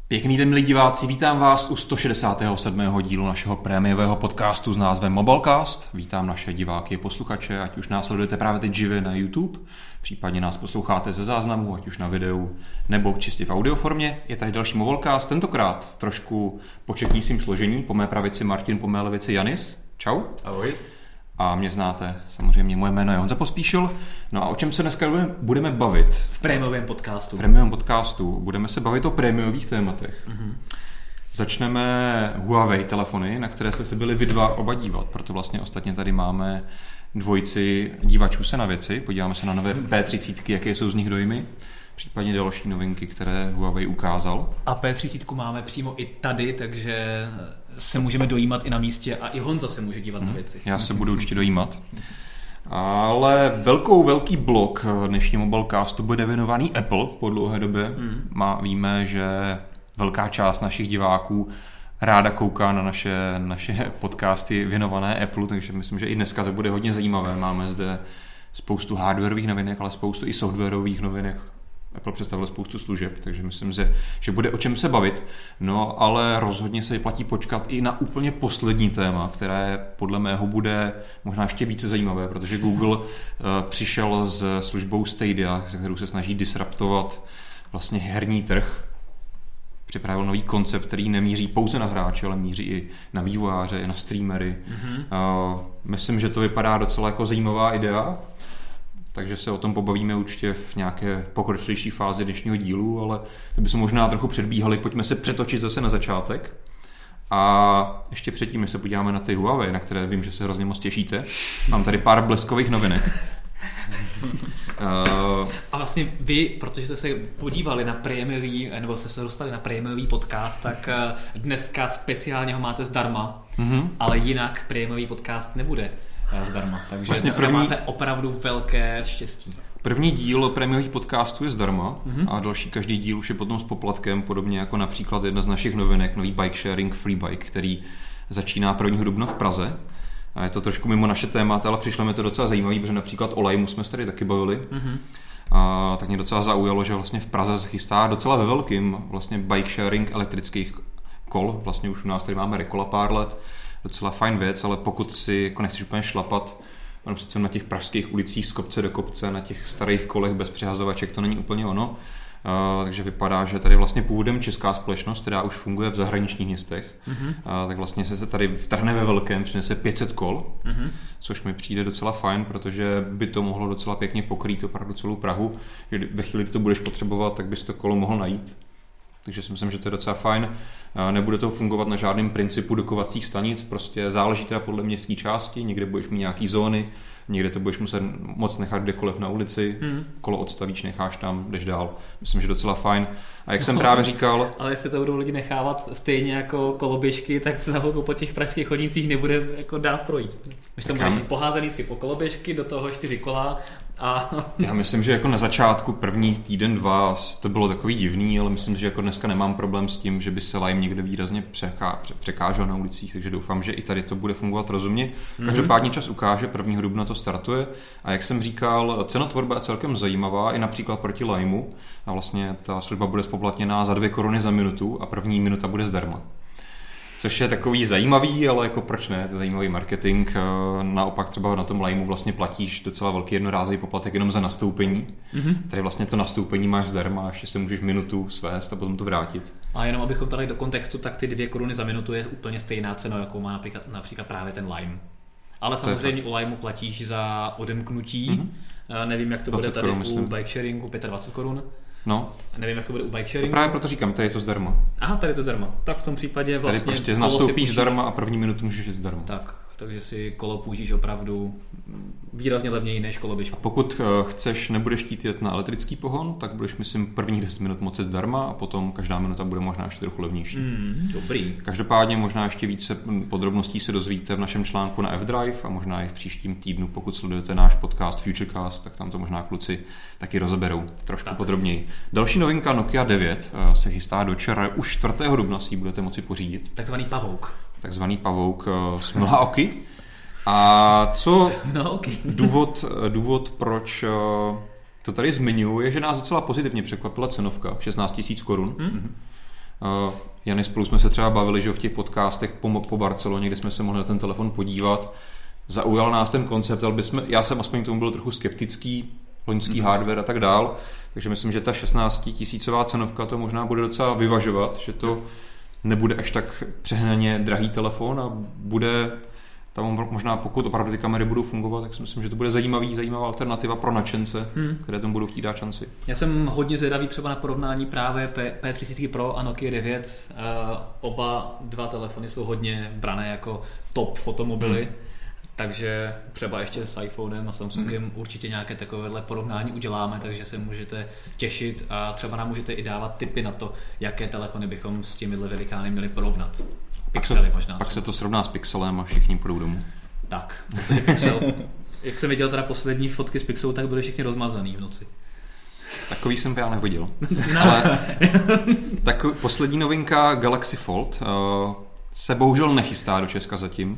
Pěkný den, milí diváci, vítám vás u 167. dílu našeho prémiového podcastu s názvem Mobilecast. Vítám naše diváky a posluchače, ať už nás sledujete právě teď živě na YouTube, případně nás posloucháte ze záznamu, ať už na videu nebo čistě v audioformě. Je tady další Mobilecast, tentokrát v trošku početnícím složení. Po mé pravici Martin, po mé levici Janis. Čau. Ahoj. A mě znáte, samozřejmě moje jméno je Honza Pospíšil. No a o čem se dneska budeme bavit? V prémiovém podcastu. V prémiovém podcastu. Budeme se bavit o prémiových tématech. Začneme Huawei telefony, na které jste se byli vy dva oba dívat. Proto vlastně ostatně tady máme dvojici dívačů se na věci. Podíváme se na nové P30, jaké jsou z nich dojmy. Případně další novinky, které Huawei ukázal. A P30 máme přímo i tady, takže se můžeme dojímat i na místě a i Honza se může dívat na věci. Já se budu určitě dojímat. Ale velký blok dnešního Mobilecastu bude věnovaný Apple po dlouhé době. Víme, že velká část našich diváků ráda kouká na naše podcasty věnované Apple, takže myslím, že i dneska to bude hodně zajímavé. Máme zde spoustu hardwarových novinek, ale spoustu i softwarových novinek. Apple představil spoustu služeb, takže myslím, že bude o čem se bavit. No, ale rozhodně se vyplatí počkat i na úplně poslední téma, které podle mého bude možná ještě více zajímavé, protože Google přišel s službou Stadia, se kterou se snaží disruptovat vlastně herní trh. Připravil nový koncept, který nemíří pouze na hráče, ale míří i na vývojáře, i na streamery. Myslím, že to vypadá docela jako zajímavá idea. Takže se o tom pobavíme určitě v nějaké pokročilejší fázi dnešního dílu, ale to bychom možná trochu předbíhali, pojďme se přetočit zase na začátek. A ještě předtím, než se podíváme na ty Huawei, na které vím, že se hrozně moc těšíte, mám tady pár bleskových novinek. A vlastně vy, protože jste se podívali na prémiový, nebo jste se dostali na prémiový podcast, tak dneska speciálně ho máte zdarma, ale jinak prémiový podcast nebude zdarma, takže vlastně máte opravdu velké štěstí. První díl prémiových podcastů je zdarma a další každý díl už je potom s poplatkem, podobně jako například jedna z našich novinek, nový bike sharing Free Bike, který začíná 1. dubna v Praze. A je to trošku mimo naše témata, ale přišlo mi to docela zajímavý, protože například o Limeu jsme se tady taky bavili. A tak mě docela zaujalo, že vlastně v Praze se chystá docela ve velkým vlastně bike sharing elektrických kol. Vlastně už u nás tady máme Rekola pár let. Docela fajn věc, ale pokud si jako nechceš úplně šlapat přece na těch pražských ulicích z kopce do kopce, na těch starých kolech bez přihazovaček, to není úplně ono. Takže vypadá, že tady vlastně původem česká společnost, která už funguje v zahraničních městech, tak vlastně se tady vtrhne ve velkém, přinese 500 kol, což mi přijde docela fajn, protože by to mohlo docela pěkně pokrýt opravdu celou Prahu, že ve chvíli, kdy to budeš potřebovat, tak bys to kolo mohl najít. Takže si myslím, že to je docela fajn. Nebude to fungovat na žádném principu dokovacích stanic, prostě záleží teda podle městské části, někde budeš mít nějaký zóny, někde to budeš muset moc nechat kdekoliv na ulici, kolo odstavíš, necháš tam, jdeš dál. Myslím, že docela fajn. A jak jsem právě říkal... Ale jestli to budou lidi nechávat stejně jako koloběžky, tak se za chvilku po těch pražských chodnicích nebude jako dát projít. Myslím, že máš poházený 3 po koloběžky, do toho 4 kola a... Já myslím, že jako na začátku první týden, 2 to bylo takový divný, ale myslím, že jako dneska nemám problém s tím, že by se Lime někde výrazně překážel na ulicích, takže doufám, že i tady to bude fungovat rozumně. Každopádně čas ukáže, 1. dubna to startuje a jak jsem říkal, cenotvorba je celkem zajímavá i například proti Limeu a vlastně ta služba bude spoplatněná za 2 koruny za minutu a první minuta bude zdarma. Což je takový zajímavý, ale jako proč ne, to je zajímavý marketing. Naopak třeba na tom Limeu vlastně platíš docela velký jednorázový poplatek jenom za nastoupení. Tady vlastně to nastoupení máš zdarma, ještě se můžeš minutu svést a potom to vrátit. A jenom abychom dali do kontextu, tak ty 2 koruny za minutu je úplně stejná cena, jakou má například právě ten Lime. Ale samozřejmě u Limeu platíš za odemknutí. Nevím, jak to bude tady u bike sharingu, 25 korun. No. Nevím, jak to bude u bike sharingu. No právě proto říkám, tady je to zdarma. Aha, tady je to zdarma. Tak v tom případě vlastně... Tady prostě nastoupíš zdarma a první minutu můžeš jít zdarma. Tak, takže si kolo půjčíš opravdu výrazně levněji než koloběžku. A pokud nebudeš chtít jet na elektrický pohon, tak budeš, myslím, prvních 10 minut moci zdarma a potom každá minuta bude možná ještě trochu levnější. Dobrý. Každopádně možná ještě více podrobností se dozvíte v našem článku na F-Drive a možná i v příštím týdnu, pokud sledujete náš podcast Futurecast, tak tam to možná kluci taky rozeberou trošku podrobněji. Další novinka Nokia 9 se chystá do června, už 4. dubna si ji budete moci pořídit. Takzvaný pavouk s mnoha oky. A co důvod, proč to tady zmiňuji, je, že nás docela pozitivně překvapila cenovka 16 000 korun. Jany, spolu jsme se třeba bavili, že v těch podcastech po Barceloně, kde jsme se mohli na ten telefon podívat. Zaujal nás ten koncept, ale já jsem aspoň k tomu byl trochu skeptický, loňský hardware a tak dál, takže myslím, že ta 16 000 cenovka to možná bude docela vyvažovat, že to nebude až tak přehnaně drahý telefon a bude tam možná, pokud opravdu ty kamery budou fungovat, tak si myslím, že to bude zajímavá alternativa pro nadšence, které tomu budou chtít dát šanci. Já jsem hodně zvědavý třeba na porovnání právě P30 Pro a Nokia 9. Oba dva telefony jsou hodně brané jako top fotomobily. Takže třeba ještě s iPhonem a Samsungem určitě nějaké takovéhle porovnání uděláme, takže se můžete těšit a třeba nám můžete i dávat tipy na to, jaké telefony bychom s těmihle velikány měli porovnat. Pixely možná. Pak se to srovná s Pixelem a všichni půjdou domů. Tak, Pixel. Jak jsem viděl teda poslední fotky z Pixelu, tak byly všichni rozmazaný v noci. Takový jsem já nehodil. No. Ale tak poslední novinka Galaxy Fold se bohužel nechystá do Česka zatím.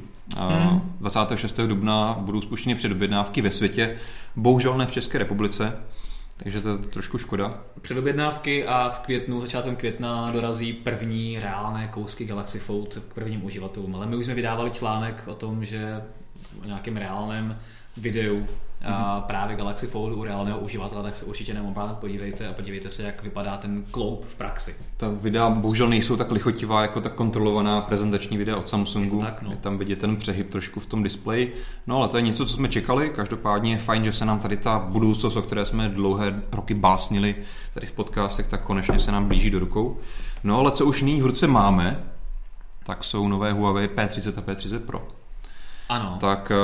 26. dubna budou spuštěny předobjednávky ve světě, bohužel ne v České republice, takže to je trošku škoda. Předobjednávky a začátkem května dorazí první reálné kousky Galaxy Fold k prvním uživatelům. Ale my už jsme vydávali článek o tom, že o nějakém reálném videu a právě Galaxy Fold u reálného uživatele, tak se určitě podívejte a podívejte se, jak vypadá ten kloub v praxi. Ta videa bohužel nejsou tak lichotivá jako ta kontrolovaná prezentační videa od Samsungu. Je tak, no. Je tam vidět ten přehyb trošku v tom displeji. No ale to je něco, co jsme čekali. Každopádně je fajn, že se nám tady ta budoucnost, o které jsme dlouhé roky básnili tady v podcastech, tak konečně se nám blíží do rukou. No ale co už nyní v ruce máme, tak jsou nové Huawei P30 a P30 Pro. Ano. Tak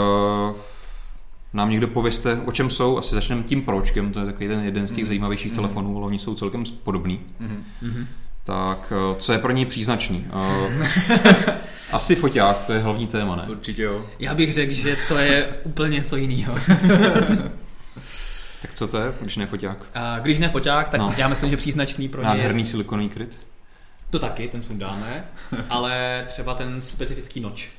nám někdo povězte, o čem jsou, asi začneme tím Pročkem, to je takový ten jeden z těch zajímavějších telefonů, ale oni jsou celkem podobný. Tak co je pro něj příznačný? Asi foťák, to je hlavní téma, ne? Určitě jo. Já bych řekl, že to je úplně něco jiného. Tak co to je, když ne foťák? Když ne foťák, tak já myslím, že příznačný pro něj nádherný silikonový kryt? To taky, ten sundáme, ale třeba ten specifický noč.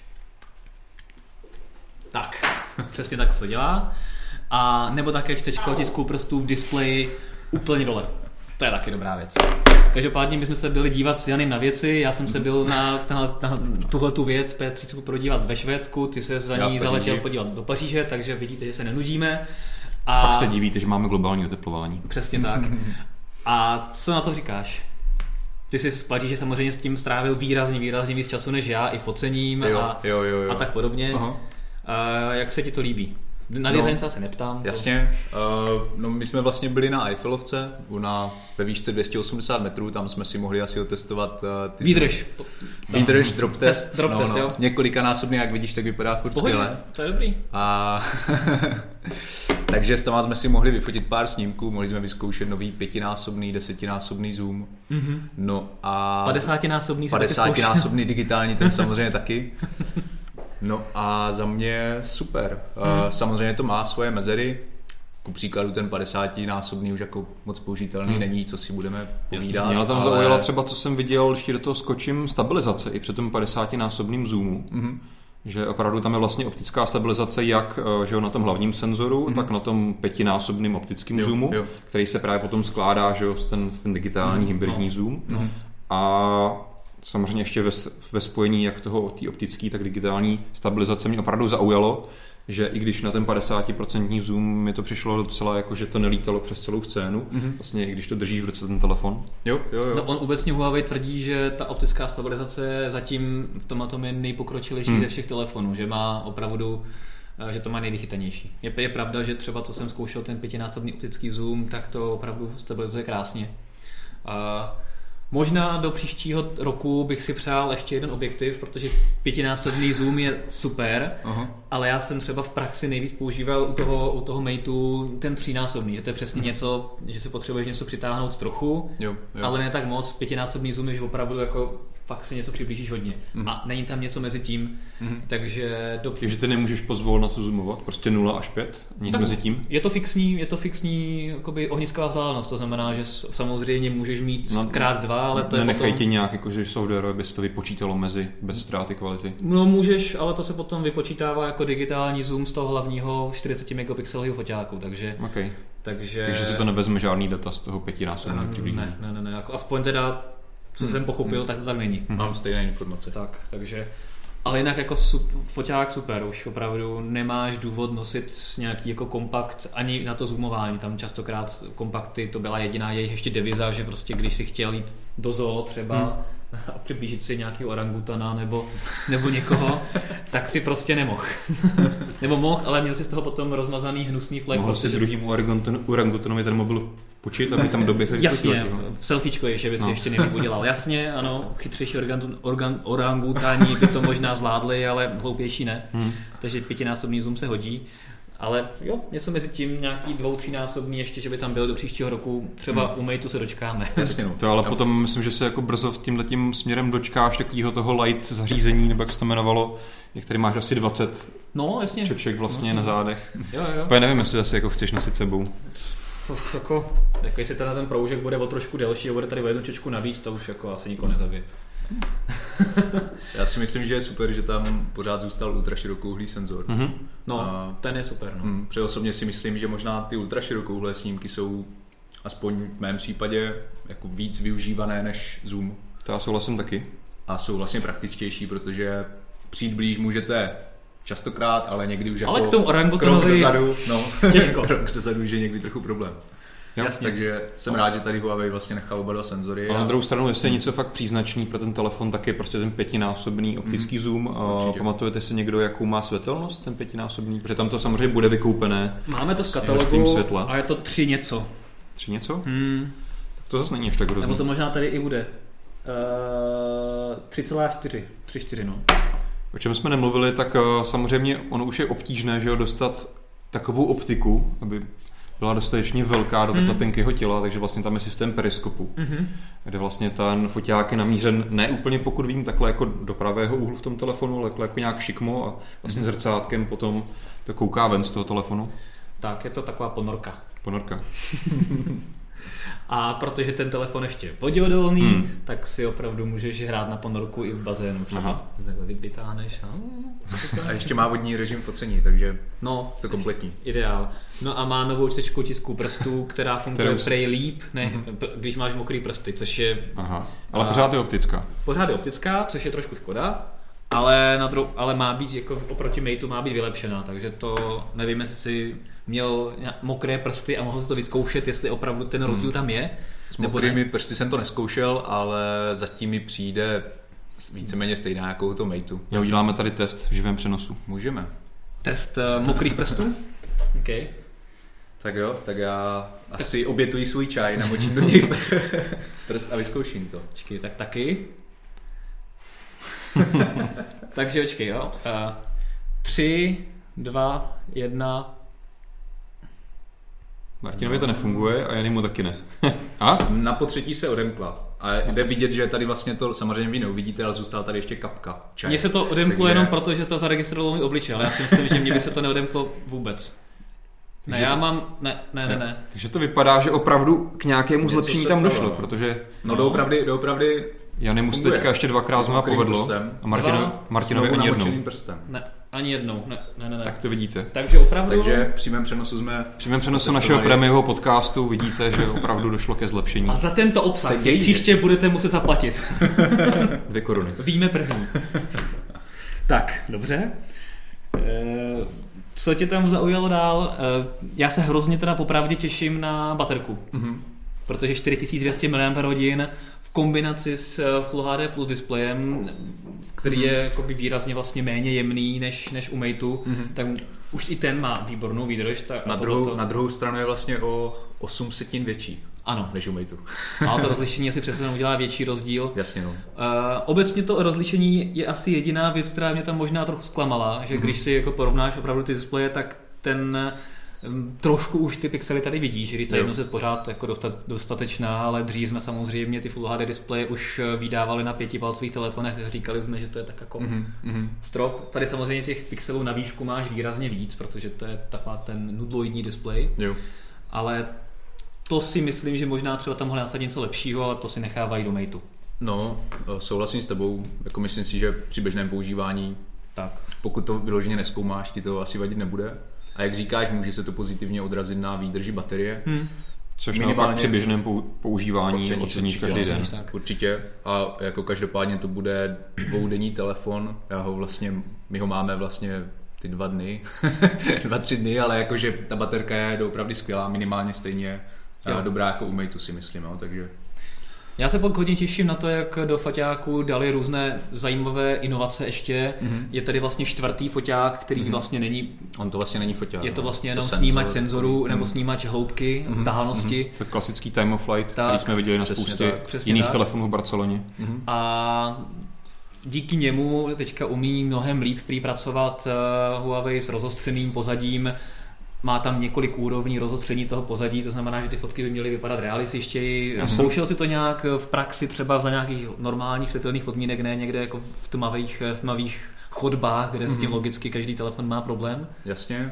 Tak, přesně tak se to dělá. A nebo také čtečko otisků prstů v displeji úplně dole. To je taky dobrá věc. Každopádně my jsme se byli dívat s Janem na věci, já jsem se byl na tuhletu věc P30 podívat ve Švédsku, ty se za ní zaletěl podívat do Paříže, takže vidíte, že se nenudíme. A pak se divíte, že máme globální oteplování. Přesně tak. A co na to říkáš? Ty jsi z Paříže samozřejmě s tím strávil výrazně víc času než já, i focením a tak podobně. Jak se ti to líbí? Na design se asi neptám. Jasně. No my jsme vlastně byli na Eiffelovce ve výšce 280 metrů, tam jsme si mohli asi otestovat Výdrž, drop test. Jo. Několikanásobně, jak vidíš, tak vypadá furt skvěle. To je dobrý. Takže s tam jsme si mohli vyfotit pár snímků, mohli jsme vyzkoušet nový 5násobný, 10násobný zoom. No a 50násobný digitální, ten samozřejmě taky. No a za mě super. Samozřejmě to má svoje mezery. Ku příkladu ten 50násobný už jako moc použitelný není, co si budeme povídat. Mě tam zaujala třeba, co jsem viděl, ještě do toho skočím, stabilizace i při tom 50násobným zoomu. Že opravdu tam je vlastně optická stabilizace jak že na tom hlavním senzoru, tak na tom 5násobným optickým zoomu, který se právě potom skládá, že ten digitální hybridní zoom. A samozřejmě ještě ve spojení jak toho té optické, tak digitální stabilizace mě opravdu zaujalo, že i když na ten 50% zoom mi to přišlo docela jako, že to nelítalo přes celou scénu, vlastně i když to držíš v ruce ten telefon. Jo. No on obecně Huawei tvrdí, že ta optická stabilizace zatím v tom je nejpokročilejší ze všech telefonů, že má opravdu, že to má nejvychytanější. Je pravda, že třeba co jsem zkoušel ten 5násobný optický zoom, tak to opravdu stabilizuje krásně. Možná do příštího roku bych si přál ještě jeden objektiv, protože 5násobný zoom je super, ale já jsem třeba v praxi nejvíc používal u toho Mateu ten 3násobný, že to je přesně něco, že si potřebuješ něco přitáhnout z trochu, ale ne tak moc. 5násobný zoom je, že opravdu jako fakt si něco přiblížíš hodně. A není tam něco mezi tím, takže... Takže ty nemůžeš pozvolit na to zoomovat, prostě 0 až 5, nic tak mezi tím? Je to fixní jakoby ohnisková vzdálenost, to znamená, že samozřejmě můžeš mít krát 2, ale to je nenechaj ti nějak, jakože software, aby se to vypočítalo bez ztráty kvality. No můžeš, ale to se potom vypočítává jako digitální zoom z toho hlavního 40 megapixelového foťáku, takže... Okay. Takže si to nevezme žádný data z toho 5násobného přiblížení. Ne, jako aspoň teda co jsem pochopil, tak to tak není. Mám stejné informace. Takže ale jinak jako foťák super, už opravdu nemáš důvod nosit nějaký jako kompakt ani na to zoomování, tam častokrát kompakty, to byla jediná jejich ještě deviza, že prostě když si chtěl jít do zoo třeba a přiblížit si nějaký orangutana nebo někoho, tak si prostě nemohl. Nebo mohl, ale měl si z toho potom rozmazaný hnusný flek. Mohl si druhým orangutanovi ten mobil počít, aby tam doběhl. Jasně, v selfiečko ještě by si ještě nejlíp udělal. Jasně, ano, chytřejší orangutani by to možná zvládli, ale hloupější ne. Takže 5násobný zoom se hodí. Ale jo, něco mezi tím, nějaký 2-3násobný ještě, že by tam byl do příštího roku, třeba u Mateu se dočkáme. Jasně, no. To ale potom myslím, že se jako brzo tímhletím směrem dočkáš takového toho light zařízení, nebo jak se to jmenovalo, jak tady máš asi 20 čoček vlastně na zádech. Jo. Já nevím, jestli zase jako chceš nosit sebou. Tak jestli ten proužek bude o trošku delší a bude tady o jednu čočku navíc, to už jako asi nikoho nezabije. Já si myslím, že je super, že tam pořád zůstal ultraširokouhlý senzor. No, ten je super. No. Protože osobně si myslím, že možná ty ultraširokouhlé snímky jsou aspoň v mém případě jako víc využívané než zoom. To já souhlasím taky. A jsou vlastně praktičtější, protože přijít blíž můžete častokrát, ale někdy už ale jako k tomu orangutanovi dozadu, těžko. Krok dozadu už je někdy trochu problém. Jasně. Takže jsem rád, že tady Huawei vlastně nechal oba dva senzory. Ale na druhou stranu, jestli je něco fakt příznačný pro ten telefon, tak je prostě ten 5násobný optický zoom. Pamatujete si někdo, jakou má světelnost ten 5násobný? Protože tam to samozřejmě bude vykoupené. Máme to v katalogu a je to 3 něco. 3 něco? Tak to zase není až tak hrozný. Nebo to možná tady i bude. 3,4. 3,4 no. O čem jsme nemluvili, tak samozřejmě ono už je obtížné, že jo, dostat takovou optiku, aby byla dostatečně velká do takhle tenkého těla, takže vlastně tam je systém periskopu, kde vlastně ten foťák je namířen ne úplně, pokud vím, takhle jako do pravého úhlu v tom telefonu, ale jako nějak šikmo a vlastně zrcátkem potom to kouká ven z toho telefonu. Tak, je to taková ponorka. Ponorka. A protože ten telefon ještě je voděodolný, tak si opravdu můžeš hrát na ponorku i v bazénu třeba. Takhle vytáhneš. A ještě má vodní režim focení, takže to kompletní. Ideál. No a máme voučtečku tisku prstů, která funguje prej líp, když máš mokrý prsty, což je... Ale pořád je optická. Pořád je optická, což je trošku škoda, ale má být, jako oproti Mateu má být vylepšená, takže to nevím, jestli si měl mokré prsty a mohl si to vyzkoušet, jestli opravdu ten rozdíl tam je. S mokrými prsty jsem to neskoušel, ale zatím mi přijde víceméně stejná jako to Mateu. Já uděláme tady test v živém přenosu. Můžeme. Test mokrých prstů? OK. Tak jo, tak já asi obětuji svůj čaj, namočím do něj prst a vyzkouším to. Počkej, tak taky. Takže počkej, jo. 3, 2, 1... Martinovi to nefunguje a Janimu taky ne. A? Na potřetí se odemkla. A jde vidět, že tady vlastně to samozřejmě vy neuvidíte, ale zůstala tady ještě kapka čaje. Mně se to odemklo jenom proto, že to zaregistrovalo můj obličej, ale já si myslím, že mně by se to neodemklo vůbec. Ne, já mám... Ne. Takže to vypadá, že opravdu k nějakému zlepšení tam došlo, protože... No doopravdy Janimu se teďka ještě 2krát znova povedlo a Martinovi ani jednou. Ne, ani jednou, ne. Tak to vidíte. Takže opravdu... Takže v přímém přenosu našeho prémiového podcastu vidíte, že opravdu došlo ke zlepšení. A za tento obsah si příště budete muset zaplatit. 2 koruny. Víme první. Tak, dobře. Co tě tam zaujalo dál? Já se hrozně teda popravdě těším na baterku. Protože 4200 mAh v kombinaci s Full HD Plus displejem, který je jakoby výrazně vlastně méně jemný než u Mateu, tak už i ten má výbornou výdrž. Na druhou stranu je vlastně o 8 setin větší. Ano. Než u Mateu. Ale to rozlišení asi přesně udělá větší rozdíl. Jasně, no. Obecně to rozlišení je asi jediná věc, která mě tam možná trochu zklamala, že když si jako porovnáš opravdu ty displeje, tak ten trošku už ty pixely tady vidíš, když ta jednotka je pořád jako dostatečná, ale dřív jsme samozřejmě ty Full HD displeje už vydávali na 5palcových telefonech, říkali jsme, že to je tak jako strop. Tady samozřejmě těch pixelů na výšku máš výrazně víc, protože to je taková ten nudloidní displej. Jo. Ale to si myslím, že možná třeba tam mohli nasadit něco lepšího, ale to si nechávají do Mateu. No, souhlasím s tebou, jako myslím si, že při běžném používání, tak pokud to vyloženě nezkoumáš, ti to asi vadit nebude. A jak říkáš, může se to pozitivně odrazit na výdrži baterie, Což naopak při běžném používání oceníš každý den. Určitě. A jako každopádně to bude 2denní telefon. My ho máme vlastně ty 2 dny, 2-3 dny, ale jakože ta baterka je doopravdy skvělá, minimálně stejně dobrá jako u Mateu, si myslím, takže... Já se pak hodně těším na to, jak do foťáku dali různé zajímavé inovace ještě. Je tady vlastně 4. foťák, který vlastně není... On to vlastně není foťák. Je to vlastně jenom snímač senzoru nebo snímač hloubky, vzdálenosti. To je klasický time of flight, který jsme viděli na spoustě jiných telefonů v Barceloně. A díky němu teďka umí mnohem líp pracovat Huawei s rozostřeným pozadím. Má tam několik úrovní rozostření toho pozadí, to znamená, že ty fotky by měly vypadat realističtěji. Zkoušel si to nějak v praxi třeba za nějakých normálních světelných podmínek, ne někde jako v tmavých chodbách, kde s tím logicky každý telefon má problém? Jasně,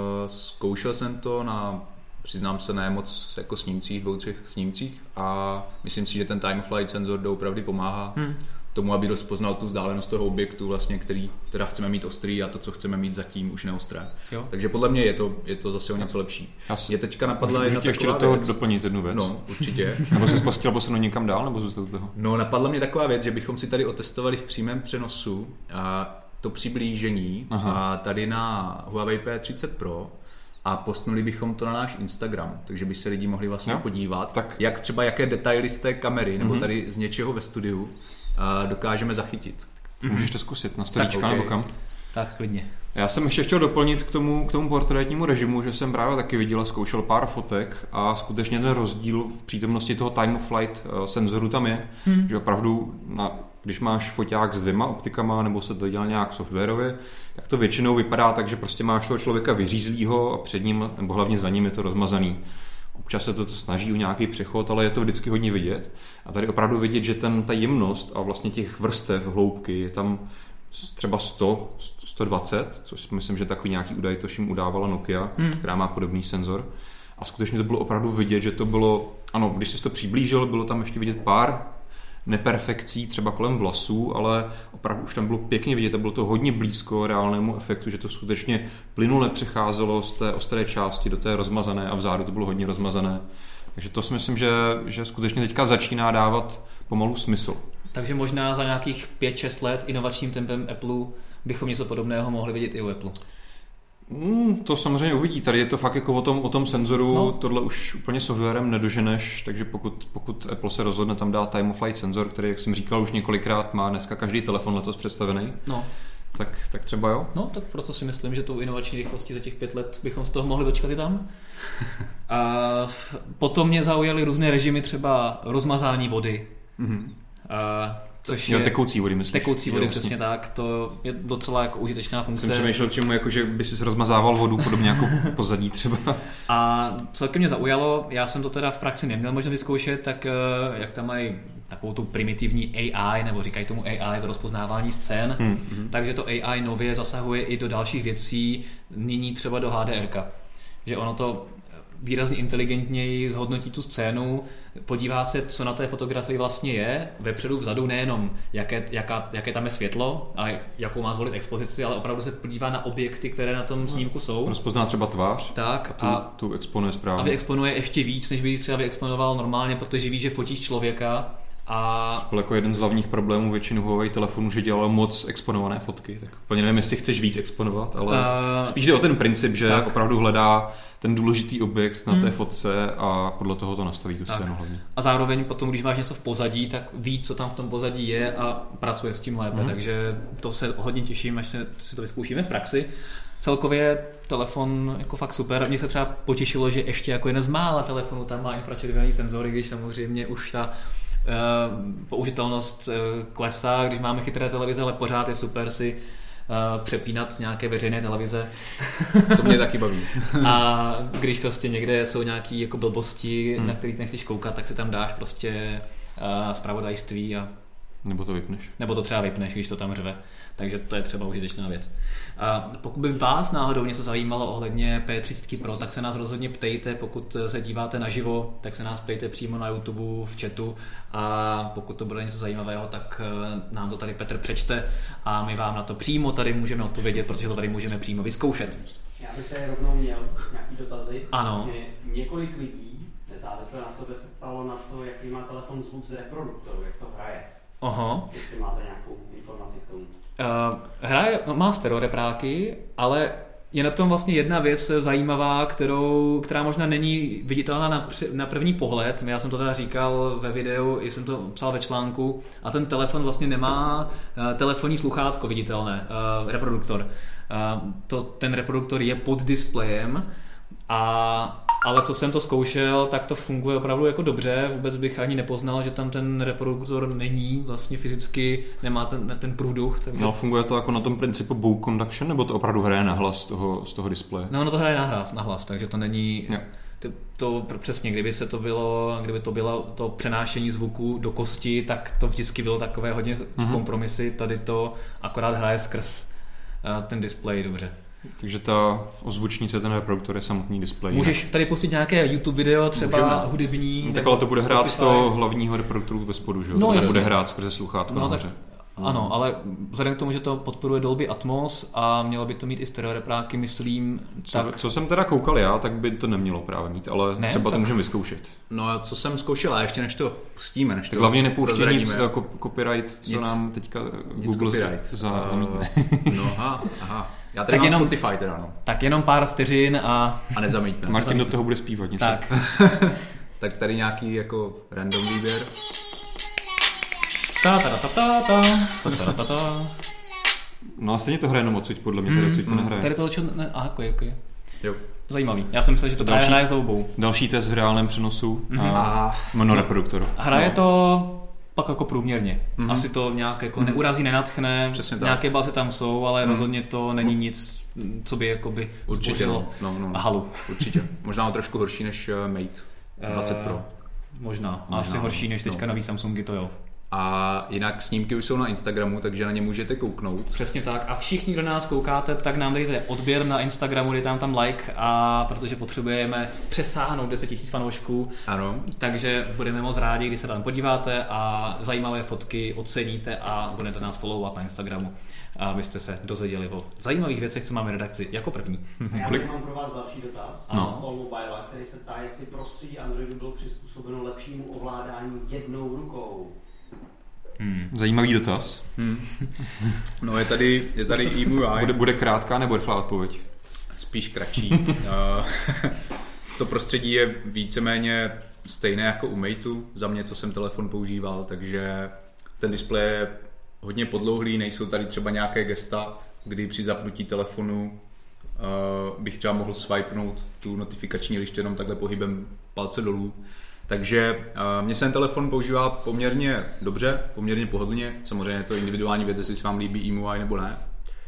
zkoušel jsem to na, přiznám se, ne moc jako 2-3 snímcích a myslím si, že ten time of flight senzor doopravdy pomáhá tomu, aby rozpoznal tu vzdálenost toho objektu, vlastně, který teda chceme mít ostrý a to, co chceme mít zatím, už neostré. Jo. Takže podle mě je to zase o něco lepší. Mě teďka napadla jedna taková ještě do toho doplnit jednu věc. No, určitě. Nebo jsi chtěl posunout někam dál, nebo zůstat u toho? No, napadla mě taková věc, že bychom si tady otestovali v přímém přenosu a to přiblížení a tady na Huawei P30 Pro a postnuli bychom to na náš Instagram, takže by se lidi mohli vlastně podívat, jak třeba jaké detaily z té kamery nebo tady z něčeho ve studiu dokážeme zachytit. Můžeš to zkusit na storíčka nebo kam? Tak, klidně. Já jsem ještě chtěl doplnit k tomu portrétnímu režimu, že jsem právě taky viděl a zkoušel pár fotek a skutečně ten rozdíl v přítomnosti toho time of flight senzoru tam je, že opravdu když máš foťák s 2 optikama nebo se to dělá nějak softwarově, tak to většinou vypadá tak, že prostě máš toho člověka vyřízlýho a před ním, nebo hlavně za ním je to rozmazaný. Občas se to snaží o nějaký přechod, ale je to vždycky hodně vidět. A tady opravdu vidět, že ta jemnost a vlastně těch vrstev hloubky je tam třeba 100, 120, což myslím, že takový nějaký údaj toším udávala Nokia, která má podobný senzor. A skutečně to bylo opravdu vidět, že to bylo, ano, když jsi to přiblížil, bylo tam ještě vidět pár neperfekcí, třeba kolem vlasů, ale opravdu už tam bylo pěkně vidět a bylo to hodně blízko reálnému efektu, že to skutečně plynule přecházelo z té ostré části do té rozmazané a vzadu to bylo hodně rozmazané. Takže to si myslím, že skutečně teďka začíná dávat pomalu smysl. Takže možná za nějakých 5-6 let inovačním tempem Apple bychom něco podobného mohli vidět i u Apple. To samozřejmě uvidí. Tady je to fakt jako o tom senzoru, tohle už úplně softwarem nedoženeš, takže pokud Apple se rozhodne tam dát time of flight senzor, který, jak jsem říkal, už několikrát má dneska každý telefon letos představený, tak třeba jo. No, tak proto si myslím, že tou inovační rychlostí za těch 5 let bychom z toho mohli dočkat i tam. A potom mě zaujaly různé režimy, třeba rozmazání vody. Což je tekoucí vody, myslíš? Tekoucí vody, vlastně. Přesně tak. To je docela jako užitečná funkce. Jsem přemýšlel, čemu, jako, že by si rozmazával vodu podobně jako pozadí třeba. A celkem mě zaujalo, já jsem to teda v praxi neměl možnost vyzkoušet, tak jak tam mají takovou tu primitivní AI, nebo říkají tomu AI, to rozpoznávání scén, takže to AI nově zasahuje i do dalších věcí, nyní třeba do HDR-ka. Že ono to výrazně inteligentněji zhodnotí tu scénu, podívá se, co na té fotografii vlastně je, vepředu, vzadu, nejenom jaké tam je světlo a jakou má zvolit expozici, ale opravdu se podívá na objekty, které na tom snímku jsou. Rozpozná třeba tvář a tu exponuje správně. A vyexponuje ještě víc, než by třeba vyexponoval normálně, protože ví, že fotíš člověka. A byl jako jeden z hlavních problémů většinu Huawei telefonů, že dělalo moc exponované fotky, tak úplně nevím, jestli chceš víc exponovat, ale spíš jde o ten princip, že opravdu hledá ten důležitý objekt na té fotce a podle toho to nastaví tu scénu hlavně. A zároveň potom, když máš něco v pozadí, tak ví, co tam v tom pozadí je a pracuje s tím lépe, takže to se hodně těším, až si to vyzkoušíme v praxi. Celkově telefon jako fakt super. Mně se třeba potěšilo, že ještě jako jeden z mála telefonů tam má infračervený senzory, když samozřejmě už ta použitelnost klesá, když máme chytré televize, ale pořád je super si přepínat nějaké veřejné televize. To mě taky baví. A když prostě někde jsou nějaký jako blbosti, na který nechceš koukat, tak si tam dáš prostě zpravodajství a nebo to vypneš. Nebo to třeba vypneš, když to tam řve. Takže to je třeba užitečná věc. A pokud by vás náhodou něco zajímalo ohledně P30 Pro, tak se nás rozhodně ptejte. Pokud se díváte naživo, tak se nás ptejte přímo na YouTube, v chatu. A pokud to bude něco zajímavého, tak nám to tady Petr přečte a my vám na to přímo tady můžeme odpovědět, protože to tady můžeme přímo vyzkoušet. Já bych tady rovnou měl nějaký dotazy. Ano. Několik lidí, se na sebe se ptalo na to, jaký má telefon zvuk z reproduktoru, jak to hraje. Aha. Jestli máte nějakou informaci k tomu. Hraje, má stereorepráky, ale je na tom vlastně jedna věc zajímavá, která možná není viditelná na první pohled. Já jsem to teda říkal ve videu, jsem to psal ve článku, a ten telefon vlastně nemá telefonní sluchátko viditelné, reproduktor. Ten reproduktor je pod displejem, ale co jsem to zkoušel, tak to funguje opravdu jako dobře. Vůbec bych ani nepoznal, že tam ten reproduktor není vlastně fyzicky, nemá ten průduch. Takže... No, funguje to jako na tom principu bow conduction, nebo to opravdu hraje nahlas z toho displeje? No, ono to hraje nahlas, takže to není... Yeah. To přesně, kdyby to bylo to přenášení zvuku do kosti, tak to vždycky bylo takové hodně kompromisy. Tady to akorát hraje skrz ten displej dobře. Takže ta ozvučnice, ten reproduktor je samotný displej. Můžeš tady pustit nějaké YouTube video, třeba hudební. Tak ale to bude hrát z toho hlavního reproduktoru ve spodu, že jo? No, to nebude hrát skrze sluchátko nahoře. Ano, ale vzhledem k tomu, že to podporuje Dolby Atmos a mělo by to mít i stereorepráky, myslím, Co jsem teda koukal já, tak by to nemělo právě mít, ale třeba to můžeme vyzkoušet. No, co jsem zkoušel, a ještě než to pustíme, než to hlavně nepouští nic copyright, co nám teďka Google zamítne. No, aha. Já tady mám Spotify teda, no. Tak jenom pár vteřin a nezamítne. Martin do toho bude zpívat něco. Tak. Tak tady nějaký jako random výběr. No a stejně to hraje jenom odsud, podle mě, tady odsud to nehraje. Tady to odsud okay. Jo. Zajímavý. Já jsem myslel, že to právě hraje za obou. Další test v reálném přenosu a monoreproduktoru. Hraje to pak jako průměrně. Asi to nějak jako neurazí, nenadchne, nějaké bazy tam jsou, ale rozhodně to není nic, co by jakoby zbořilo halu. Určitě. Možná trošku horší než Mate 20 Pro. Možná. Asi horší než teďka nový Samsungy, to jo. A jinak snímky už jsou na Instagramu, takže na ně můžete kouknout. Přesně tak. A všichni, kdo na nás koukáte, tak nám dejte odběr na Instagramu, dejte tam like, a protože potřebujeme přesáhnout 10 000 fanoušků. Ano. Takže budeme moc rádi, když se tam podíváte a zajímavé fotky oceníte a budete nás followovat na Instagramu, abyste se dozvěděli o zajímavých věcech, co máme v redakci jako první. Já mám pro vás další dotaz. All Mobile, který se ptá, jestli prostředí Androidu bylo přizpůsobeno lepšímu ovládání jednou rukou. Zajímavý dotaz. No je tady EMUI. Bude krátká nebo rychlá odpověď? Spíš kratší. To prostředí je víceméně stejné jako u Mateu, za mě, co jsem telefon používal, takže ten displej je hodně podlouhlý, nejsou tady třeba nějaké gesta, kdy při zapnutí telefonu bych třeba mohl swipenout tu notifikační lištu jenom takhle pohybem palce dolů. Takže mně se ten telefon používá poměrně dobře, poměrně pohodlně. Samozřejmě je to individuální věc, jestli se vám líbí EMUI nebo ne.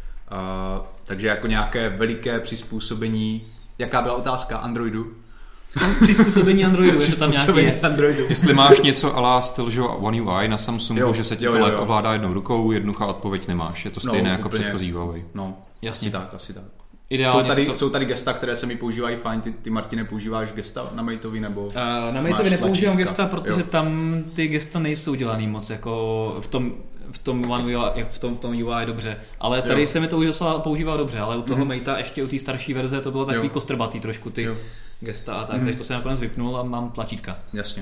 Takže jako nějaké veliké přizpůsobení. Jaká byla otázka? Androidu? Přizpůsobení Androidu, jestli tam nějaké Androidu. Jestli máš něco a la styl, že One UI na Samsungu, že se ti to lépe ovládá jednou rukou, jednoduchá odpověď nemáš. Je to stejné jako předchozí Huawei. No, jasně. Asi tak. Jsou tady gesta, které se mi používají fajn. Ty Martine, používáš gesta na Mateovi nebo? Na Mateovi nepoužívám gesta, protože tam ty gesta nejsou dělaný moc jako v tom One UI, jak v tom UI dobře. Ale tady se mi to už používá dobře, ale u toho Matea ještě u té starší verze to bylo takový kostrbatý trošku ty gesta a tak, takže to jsem nakonec vypnul a mám tlačítka. Jasně.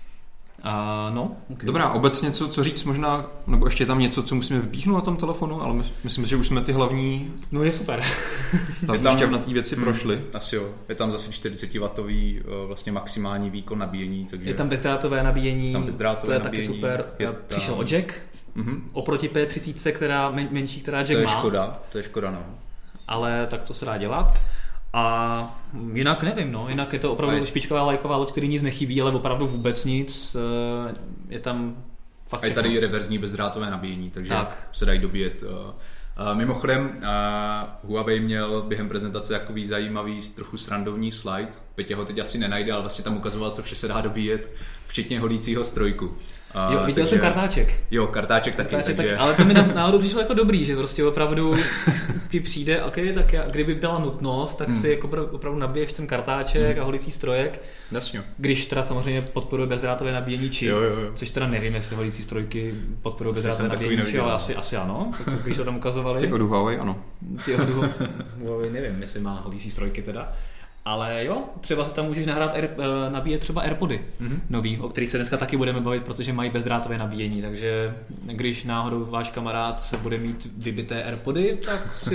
Okay. Dobrá, obecně co říct možná, nebo ještě je tam něco, co musíme vpíchnout na tom telefonu, ale myslím, že už jsme ty hlavní... No je super. Hlavní šťavnatý věci prošli. Asi jo. Je tam zase 40W vlastně maximální výkon nabíjení. Takže... Je tam bezdrátové nabíjení, to je nabíjení, taky super. Přišel o jack, oproti P30, která menší, která jack má. To je škoda, no. Ale tak to se dá dělat. A jinak nevím, jinak je to opravdu špičková lajková loď, který nic nechybí, ale opravdu vůbec nic, je tam fakt všechno. A je tady reverzní bezdrátové nabíjení, takže se dají dobíjet. Mimochodem, Huawei měl během prezentace takový zajímavý, trochu srandovní slide, Petě ho teď asi nenajde, ale vlastně tam ukazoval, co vše se dá dobíjet, včetně holícího strojku. Jo, viděl jsem kartáček. Jo, kartáček taky. Takže... Ale to mi náhodou přišlo jako dobrý, že prostě opravdu ti přijde, tak kdyby byla nutnost, tak si jako opravdu nabiješ ten kartáček a holící strojek. Jasně. Když teda samozřejmě podporuje bezdrátové nabíjení čip, což teda nevím, jestli holící strojky podporují bezdrátové nabíjení čip, ale asi ano, když se tam ukazovali. Ty od Huawei ano. Huawei nevím, jestli má holící strojky teda. Ale jo, třeba si tam můžeš nabíjet třeba AirPody nový, o kterých se dneska taky budeme bavit, protože mají bezdrátové nabíjení, takže když náhodou váš kamarád se bude mít vybité AirPody, tak si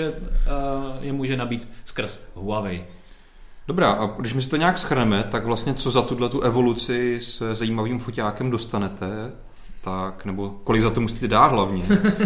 je může nabít skrz Huawei. Dobrá, a když my si to nějak shrneme, tak vlastně co za tu evoluci s zajímavým foťákem dostanete, tak, nebo kolik za to musíte dát hlavně,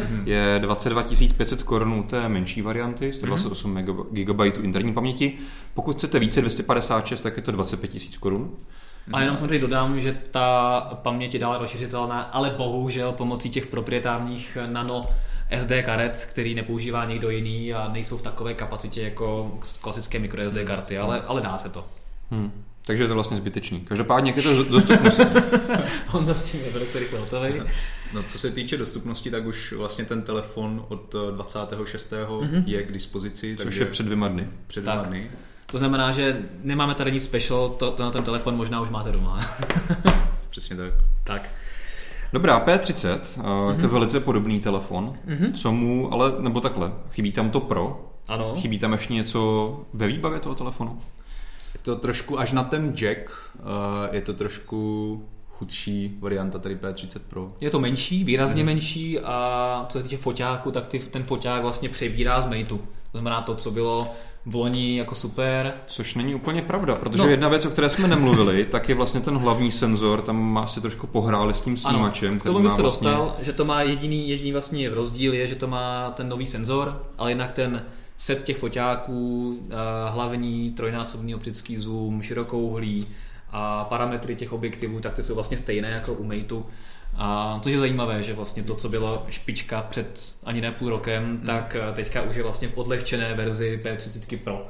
je 22 500 korun té menší varianty, 128 GB interní paměti. Pokud chcete více 256, tak je to 25 000 korun. A jenom samozřejmě dodám, že ta paměť je dále rozšiřitelná, ale bohužel pomocí těch proprietárních nano SD karet, který nepoužívá nikdo jiný a nejsou v takové kapacitě jako klasické microSD karty, ale dá se to. Takže je to vlastně zbytečný. Každopádně, jak je to dostupnost? On za tím je velice rychle hotový. No, co se týče dostupnosti, tak už vlastně ten telefon od 26. je k dispozici. Což je před 2 dny. Před 2 dny. To znamená, že nemáme tady nic special, ten telefon možná už máte doma. Přesně tak. Dobrá, P30, je to velice podobný telefon, co mu, ale nebo takhle, chybí tam to Pro? Ano. Chybí tam ještě něco ve výbavě toho telefonu? Je to trošku až na ten jack, je to trošku chudší varianta tady P30 Pro. Je to menší, výrazně menší a co se týče foťáku, tak ten foťák vlastně přebírá z Mateu. To znamená to, co bylo v loni jako super. Což není úplně pravda, protože jedna věc, o které jsme nemluvili, tak je vlastně ten hlavní senzor, tam asi trošku pohráli s tím snímačem. Ano, k tomu bych se dostal, že to má jediný vlastně rozdíl je, že to má ten nový senzor, ale jinak ten set těch foťáků, hlavní trojnásobný optický zoom, širokouhlý a parametry těch objektivů, tak ty jsou vlastně stejné jako u Mateu. A což je zajímavé, že vlastně to, co byla špička před ani ne půl rokem, tak teďka už je vlastně v odlehčené verzi P30 Pro.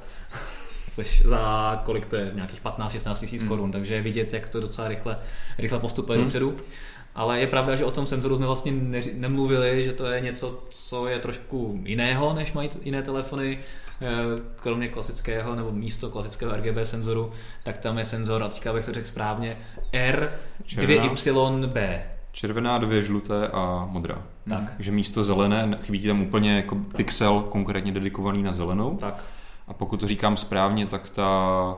Což za kolik to je? Nějakých 15-16 tisíc korun, takže je vidět, jak to docela rychle postupuje dopředu. Ale je pravda, že o tom senzoru jsme vlastně nemluvili, že to je něco, co je trošku jiného, než mají jiné telefony, kromě klasického nebo místo klasického RGB senzoru, tak tam je senzor, a teďka bych to řekl správně, R2YB. Červená, 2 žluté a modrá. Tak. Takže místo zelené chybí tam úplně jako pixel konkrétně dedikovaný na zelenou. Tak. A pokud to říkám správně, tak ta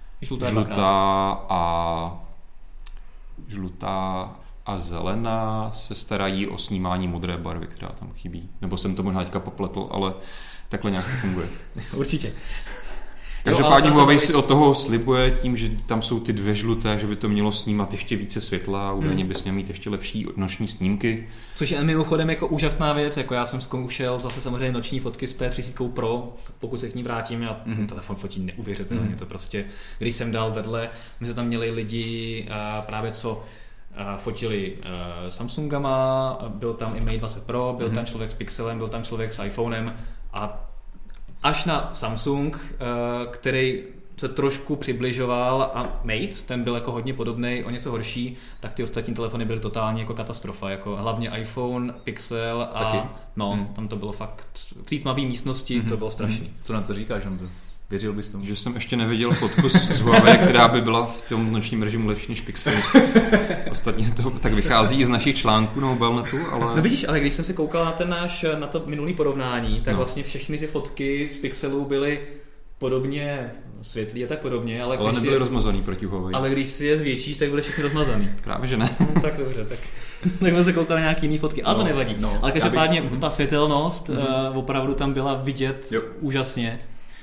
žlutá a zelená se starají o snímání modré barvy, která tam chybí. Nebo jsem to možná teďka popletl, ale takhle nějak to funguje. Určitě. Každopádně Huawei si od toho slibuje tím, že tam jsou ty 2 žluté, že by to mělo snímat ještě více světla a údajně bys měl mít ještě lepší noční snímky. Což je mimochodem jako úžasná věc, jako já jsem zkoušel zase samozřejmě noční fotky s P30 Pro, pokud se k ní vrátím, já ten telefon fotí neuvěřitelně, to prostě, když jsem dal vedle, my jsme tam měli lidi právě co fotili Samsungama, byl tam i Mate 20 Pro, byl tam člověk s Pixelem, byl tam člověk s iPhonem a až na Samsung, který se trošku přibližoval a Mate, ten byl jako hodně podobný, o něco horší, tak ty ostatní telefony byly totálně jako katastrofa, jako hlavně iPhone, Pixel a taky. Tam to bylo fakt v té tmavé místnosti, to bylo strašný. Co na to říkáš, Honzo? Věřil bys tomu? Že jsem ještě neviděl fotku z Huawei, která by byla v tom nočním režimu lepší než Pixel. Ostatně to tak vychází i z našich článků na Mobilnetu, ale... No vidíš, ale když jsem se koukal na to minulý porovnání, tak vlastně všechny ty fotky z Pixelu byly podobně světlý a tak podobně, ale nebyly rozmazaný proti Huawei. Ale když si je zvětšíš, tak byly všechny rozmazaný. Právě že ne. No, tak dobře, tak jsme se koukali na nějaký jiný fotky, ale to nevadí. Ale každopádně ta světelnost opravdu tam byla vidět úžasně.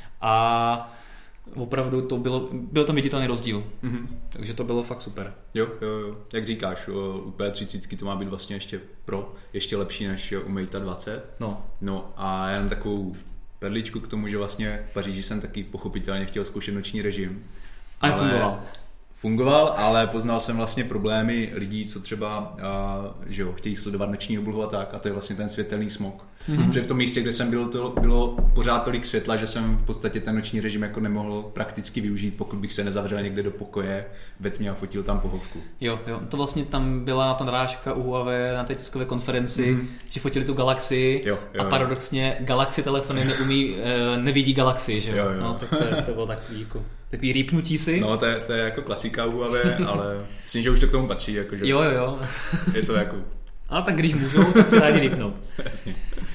A opravdu to byl tam viditelný rozdíl. Takže to bylo fakt super. Jo. Jak říkáš, u P30 to má být vlastně ještě Pro, ještě lepší než u Mate 20. No a jenom takovou perličku k tomu, že vlastně v Paříži jsem taky pochopitelně chtěl zkoušet noční režim. Ale fungoval, ale poznal jsem vlastně problémy lidí, co třeba chtějí sledovat noční oblohu a tak, a to je vlastně ten světelný smog. Protože v tom místě, kde jsem byl, to bylo pořád tolik světla, že jsem v podstatě ten noční režim jako nemohl prakticky využít, pokud bych se nezavřel někde do pokoje ve tmě a fotil tam pohovku. Jo, to vlastně tam byla ta narážka u Huawei na té tiskové konferenci, že fotili tu Galaxy a paradoxně Galaxy telefony nevidí Galaxy, že jo? No, tak to bylo takový rýpnutí si. No, to je jako klasika u Huawei, ale myslím, že už to k tomu patří. Jako, že jo. Je to jako... A tak když můžou, tak se rádi rýpnou. Jasně.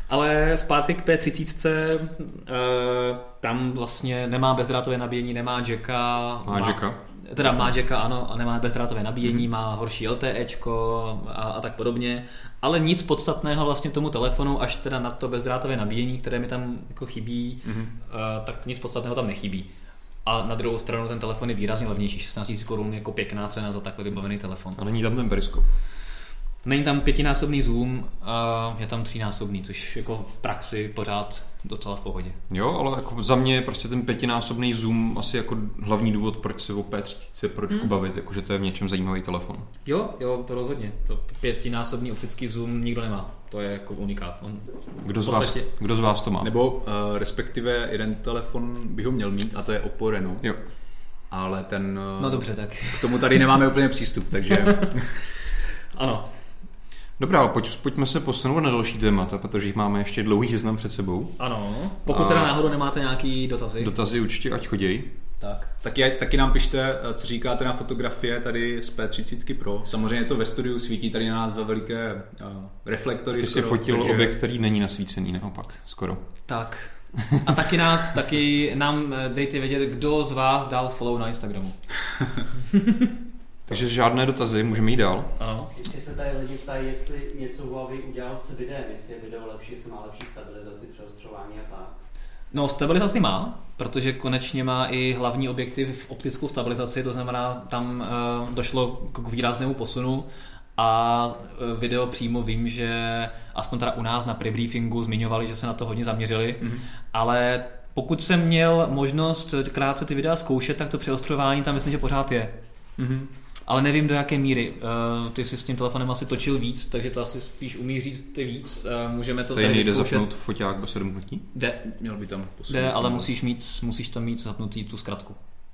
Ale zpátky k P30, tam vlastně nemá bezdrátové nabíjení, nemá jacka. Má jacka, ano, a nemá bezdrátové nabíjení, má horší LTEčko a tak podobně. Ale nic podstatného vlastně tomu telefonu, až teda na to bezdrátové nabíjení, které mi tam jako chybí, tak nic podstatného tam nechybí. A na druhou stranu ten telefon je výrazně levnější, 16 000 korun, jako pěkná cena za takhle vybavený telefon. A není tam ten periskop? Není tam 5násobný zoom, je tam 3násobný, což jako v praxi pořád docela v pohodě. Jo, ale jako za mě je prostě ten 5násobný zoom asi jako hlavní důvod, proč se o P30 pročku bavit, jakože to je v něčem zajímavý telefon. Jo, to rozhodně. To 5násobný optický zoom nikdo nemá. To je jako unikát. Kdo z vás to má? Nebo respektive jeden telefon by ho měl mít a to je Oppo Reno. Jo. Ale ten... No dobře, tak. K tomu tady nemáme úplně přístup, takže... Ano. Dobrá, pojďme se posunout na další témata, protože jich máme ještě dlouhý seznam před sebou. Ano, pokud teda náhodou nemáte nějaký dotazy. Dotazy určitě, ať choděj. Taky nám pište, co říkáte na fotografie tady z P30 Pro. Samozřejmě to ve studiu svítí tady na nás dva veliké reflektory. Ty jsi fotil objekt, který není nasvícený, naopak, skoro. Tak. A taky nám dejte vědět, kdo z vás dal follow na Instagramu. Takže žádné dotazy, můžeme jít dál. Ano. Ještě se tady lidi ptají, jestli něco Huawei udělal s videem, jestli je video lepší, jestli má lepší stabilizaci, přeostřování a tak. No, stabilizaci má, protože konečně má i hlavní objektiv v optickou stabilizaci, to znamená, tam došlo k výraznému posunu a video přímo vím, že aspoň teda u nás na prebriefingu zmiňovali, že se na to hodně zaměřili, ale pokud jsem měl možnost krátce ty videa zkoušet, tak to přeostřování tam myslím, že pořád je. Ale nevím do jaké míry. Ty jsi s tím telefonem asi točil víc, takže to asi spíš umíš říct víc. Můžeme to tady nejde zkoušet. zapnout foťák bez odmutí? Jde. Měl by tam posunout. Jde, ale musíš tam mít zapnutý tu zkratku.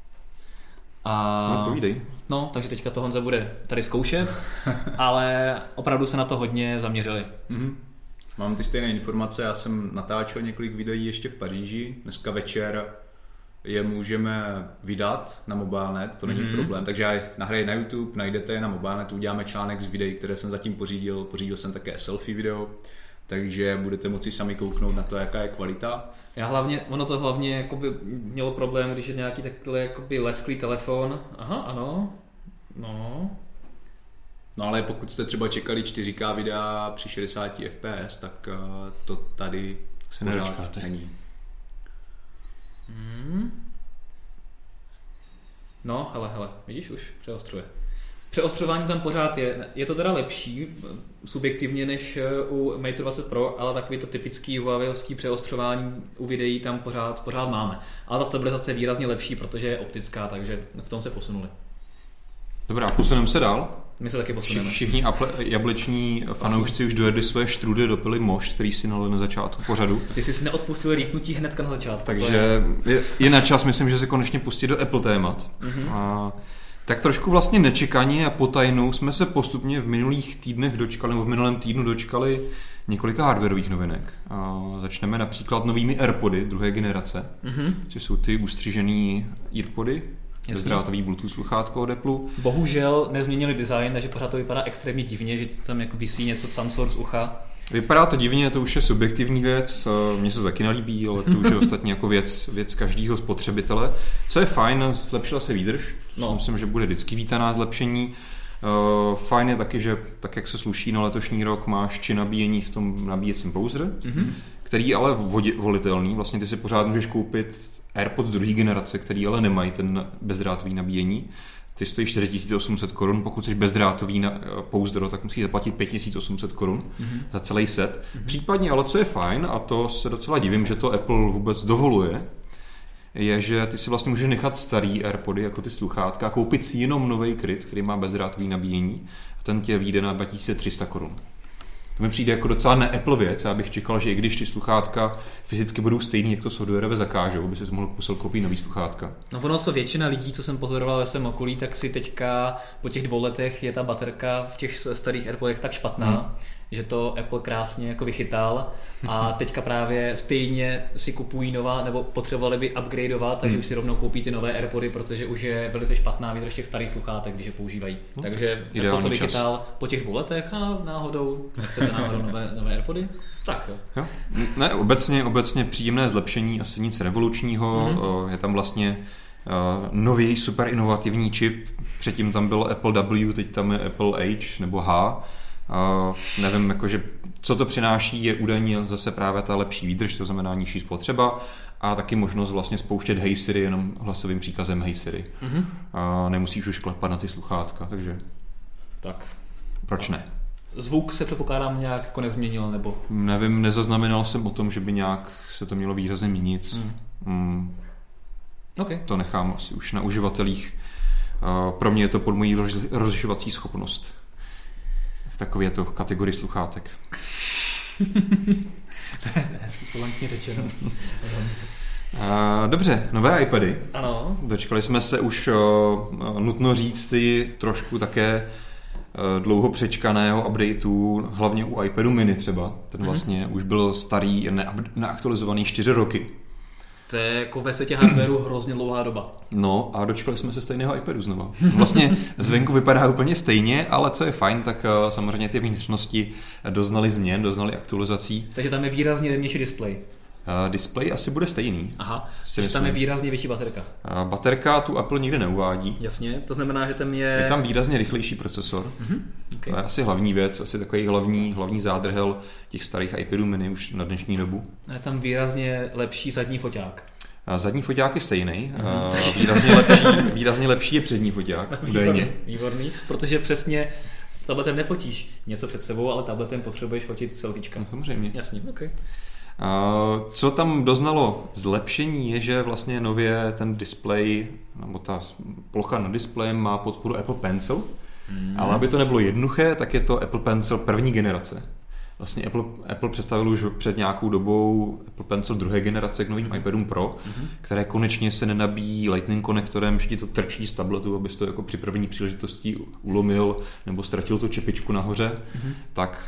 No povídej. No, takže teďka to Honza bude tady zkoušet, ale opravdu se na to hodně zaměřili. Mám ty stejné informace, já jsem natáčel několik videí ještě v Paříži, dneska večer je můžeme vydat na Mobilenet, to není problém, takže já nahraji na YouTube, najdete je na Mobilenetu, uděláme článek z videí, které jsem zatím pořídil jsem také selfie video, takže budete moci sami kouknout na to, jaká je kvalita. Ono to hlavně jakoby mělo problém, když je nějaký takhle jakoby lesklý telefon. Aha, ano, no. No ale pokud jste třeba čekali 4K videa při 60 fps, tak to tady se pořád není. No, hele, vidíš, už přeostruje. Přeostřování tam pořád je. Je to teda lepší subjektivně než u Mate 20 Pro, ale takový to typický Huaweiovský přeostřování u videí tam pořád máme. Ale ta stabilizace je výrazně lepší, protože je optická, takže v tom se posunuli. Dobrá, posuneme se dál. My se taky posuneme. Všichni jableční fanoušci už dojedli své štrudy, dopili mošt, který si nalili na začátku pořadu. Ty jsi si neodpustil rýpnutí hnedka na začátku. Takže je na čas, myslím, že se konečně pustit do Apple témat. Tak trošku vlastně nečekaně a po tajnu jsme se postupně v minulých týdnech dočkali, nebo v minulém týdnu dočkali několika hardwarových novinek. Začneme například novými AirPody druhé generace, což jsou ty ustřižený AirPody, bezdrátový Bluetooth sluchátko od Apple. Bohužel nezměnili design, takže pořád to vypadá extrémně divně, že tam jako visí něco Samsung z ucha. Vypadá to divně, to už je subjektivní věc, mně se to taky nelíbí, ale to už je ostatně jako věc každého spotřebitele. Co je fajn, zlepšila se výdrž, myslím, že bude vždycky vítaná zlepšení. Fajn je taky, že tak, jak se sluší na letošní rok, máš či nabíjení v tom nabíjecím pouzdře, který je ale volitelný, vlastně ty si pořád můžeš koupit AirPods druhé generace, který ale nemají ten bezdrátový nabíjení. Ty stojí 4800 korun, pokud jsi bezdrátový pouzdro, tak musíš zaplatit 5800 korun za celý set. Případně, ale co je fajn, a to se docela divím, že to Apple vůbec dovoluje, je, že ty si vlastně můžeš nechat starý AirPody, jako ty sluchátka, a koupit si jenom nový kryt, který má bezdrátový nabíjení, a ten tě vyjde na 2300 korun. To mi přijde jako docela ne-Apple věc, já bych čekal, že i když ty sluchátka fyzicky budou stejný, jak to softwarové zakážou, by si mohl koupit nový sluchátka. No ono se většina lidí, co jsem pozoroval ve svém okolí, tak si teďka po těch 2 letech je ta baterka v těch starých AirPodech tak špatná, že to Apple krásně jako vychytal a teďka právě stejně si kupují nová, nebo potřebovali by upgradeovat, takže už si rovnou koupí ty nové AirPody, protože už je velice špatná výdrž těch starých sluchátek, když je používají. Takže Apple to vychytal po těch 2 letech a náhodou, nechcete náhodou nové AirPody? Tak jo. Ne, obecně příjemné zlepšení, asi nic revolučního, je tam vlastně nový super inovativní čip, předtím tam byl Apple W, teď tam je Apple H nebo H. Nevím, jakože, co to přináší, je údajně zase právě ta lepší výdrž, to znamená nižší spotřeba a taky možnost vlastně spouštět Hey Siri jenom hlasovým příkazem Hey Siri. Nemusíš už klepat na ty sluchátka, takže tak. Proč ne? Zvuk se předpokládám nějak jako nezměnil, nebo? Nevím, nezaznamenal jsem o tom, že by nějak se to mělo výrazně měnit. Okay. To nechám asi už na uživatelích. Pro mě je to pod mojí rozlišovací schopnost v takovéto kategorii sluchátek. To je hezky polantně řečeno. Dobře, nové iPady. Ano. Dočkali jsme se už, nutno říct, trošku také dlouho přečkaného updateu, hlavně u iPadu mini třeba. Ten vlastně už byl starý, neaktualizovaný 4 roky. To je jako ve světě hardwareu hrozně dlouhá doba. No a dočkali jsme se stejného iPadu znova. Vlastně zvenku vypadá úplně stejně, ale co je fajn, tak samozřejmě ty vnitřnosti doznaly změn, doznaly aktualizací. Takže tam je výrazně jemnější displej. Display asi bude stejný. Aha, takže tam je výrazně větší baterka. Baterka tu Apple nikde neuvádí. Jasně, to znamená, že tam je tam výrazně rychlejší procesor. Okay. To je asi hlavní věc, asi takový hlavní zádrhel těch starých iPadů mini už na dnešní dobu. Je tam výrazně lepší zadní foťák. Zadní foťák je stejný. Výrazně lepší je přední foťák. Výborný, protože přesně tabletem nefotíš něco před sebou, ale tabletem potřebuješ fotit selfiečka. No, samozřejmě. Jasně, okay. Co tam doznalo zlepšení je, že vlastně nově ten displej, nebo ta plocha na displeji má podporu Apple Pencil, ale aby to nebylo jednoduché, tak je to Apple Pencil první generace. Vlastně Apple představil už před nějakou dobou Apple Pencil 2. generace k novým iPadům Pro, které konečně se nenabíjí Lightning konektorem, že ti to trčí z tabletu, abys to jako při první příležitosti ulomil nebo ztratil tu čepičku nahoře, tak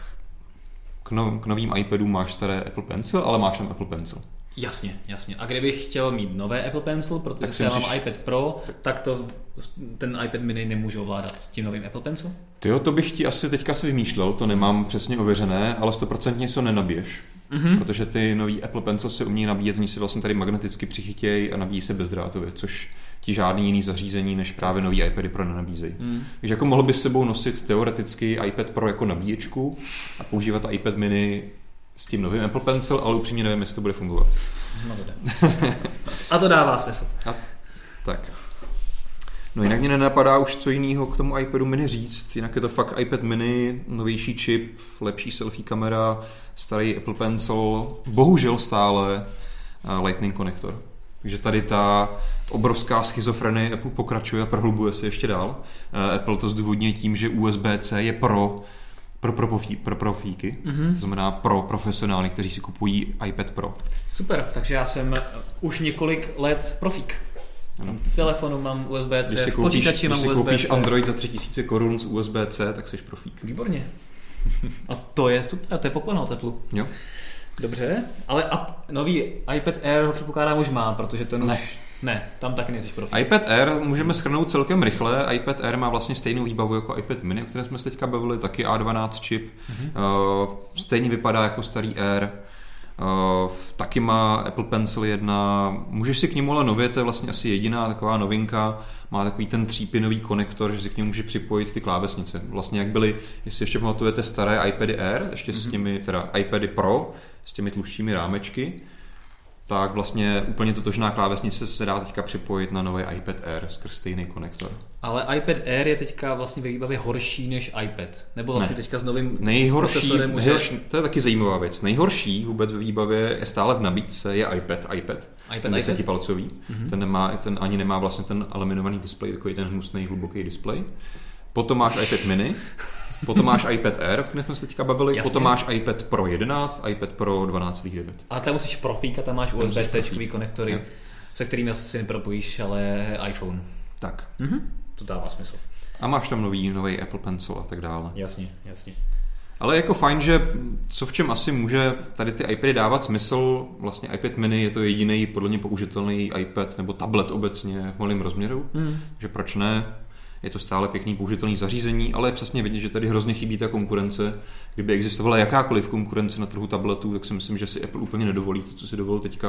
k novým iPadům máš staré Apple Pencil, ale máš tam Apple Pencil. Jasně. A kdybych chtěl mít nové Apple Pencil, protože já mám iPad Pro, tak to ten iPad mini nemůžu ovládat tím novým Apple Pencil? Tyjo, to bych ti asi teďka si vymýšlel, to nemám přesně ověřené, ale 100% se nenabiješ. Protože ty nový Apple Pencil se umí nabíjet, oni se vlastně tady magneticky přichytějí a nabíjí se bezdrátově, což ti žádný jiný zařízení než právě nový iPady Pro nenabízejí. Takže jako mohl bys s sebou nosit teoreticky iPad Pro jako nabíječku a používat iPad mini s tím novým Apple Pencil, ale upřímně nevím, jestli to bude fungovat. No, a to dává smysl. Tak. No jinak mě nenapadá už co jiného k tomu iPadu mini říct, jinak je to fakt iPad mini, novější čip, lepší selfie kamera, starý Apple Pencil, bohužel stále Lightning konektor. Takže tady ta obrovská schizofrenie Apple pokračuje a prohlubuje se ještě dál. Apple to zdůvodňuje tím, že USB-C je pro profíky, to znamená pro profesionály, kteří si kupují iPad Pro. Super, takže já jsem už několik let profík. Ano. V telefonu mám USB-C, v počítači mám USB-C. Když si koupíš Android za 3000 korun z USB-C, tak jsi profík. Výborně. A to je super, to je poklon od Apple. Jo. Dobře, ale nový iPad Air ho předpokládám už má, protože to Ne, tam taky nejsi profík. iPad Air můžeme shrnout celkem rychle. iPad Air má vlastně stejnou výbavu jako iPad mini, o kterém jsme se teďka bavili, taky A12 čip. Stejně vypadá jako starý Air. Taky má Apple Pencil 1. Můžeš si k němu ale nově, to je vlastně asi jediná taková novinka. Má takový ten 3-pinový konektor, že si k němu může připojit ty klávesnice. Vlastně jak byly, jestli ještě pamatujete, staré iPady Air, ještě s těmi, teda iPady Pro, s těmi tluštími rámečky, tak vlastně úplně totožná klávesnice se dá teďka připojit na nový iPad Air skrz stejný konektor. Ale iPad Air je teďka vlastně ve výbavě horší než iPad. Nebo vlastně teďka s novým procesorem to je taky zajímavá věc. Nejhorší vůbec ve výbavě je stále v nabídce je iPad, ten 10palcový. Ten ani nemá vlastně ten laminovaný displej, takový ten hnusný hluboký displej. Potom máš iPad mini, potom máš iPad Air, o kterém jsme se teďka bavili, potom máš iPad Pro 11, iPad Pro 12,9. Ale tam musíš profík a tam máš USB-C konektory, se kterými asi nepropojíš, ale iPhone. Tak. To dává smysl. A máš tam nový Apple Pencil a tak dále. Jasně. Ale jako fajn, že co v čem asi může tady ty iPady dávat smysl, vlastně iPad mini je to jediný podle mě použitelný iPad nebo tablet obecně v malém rozměru, že proč ne, je to stále pěkný použitelný zařízení, ale je přesně vidět, že tady hrozně chybí ta konkurence. Kdyby existovala jakákoliv konkurence na trhu tabletů, tak si myslím, že si Apple úplně nedovolí to, co si dovolil teďka.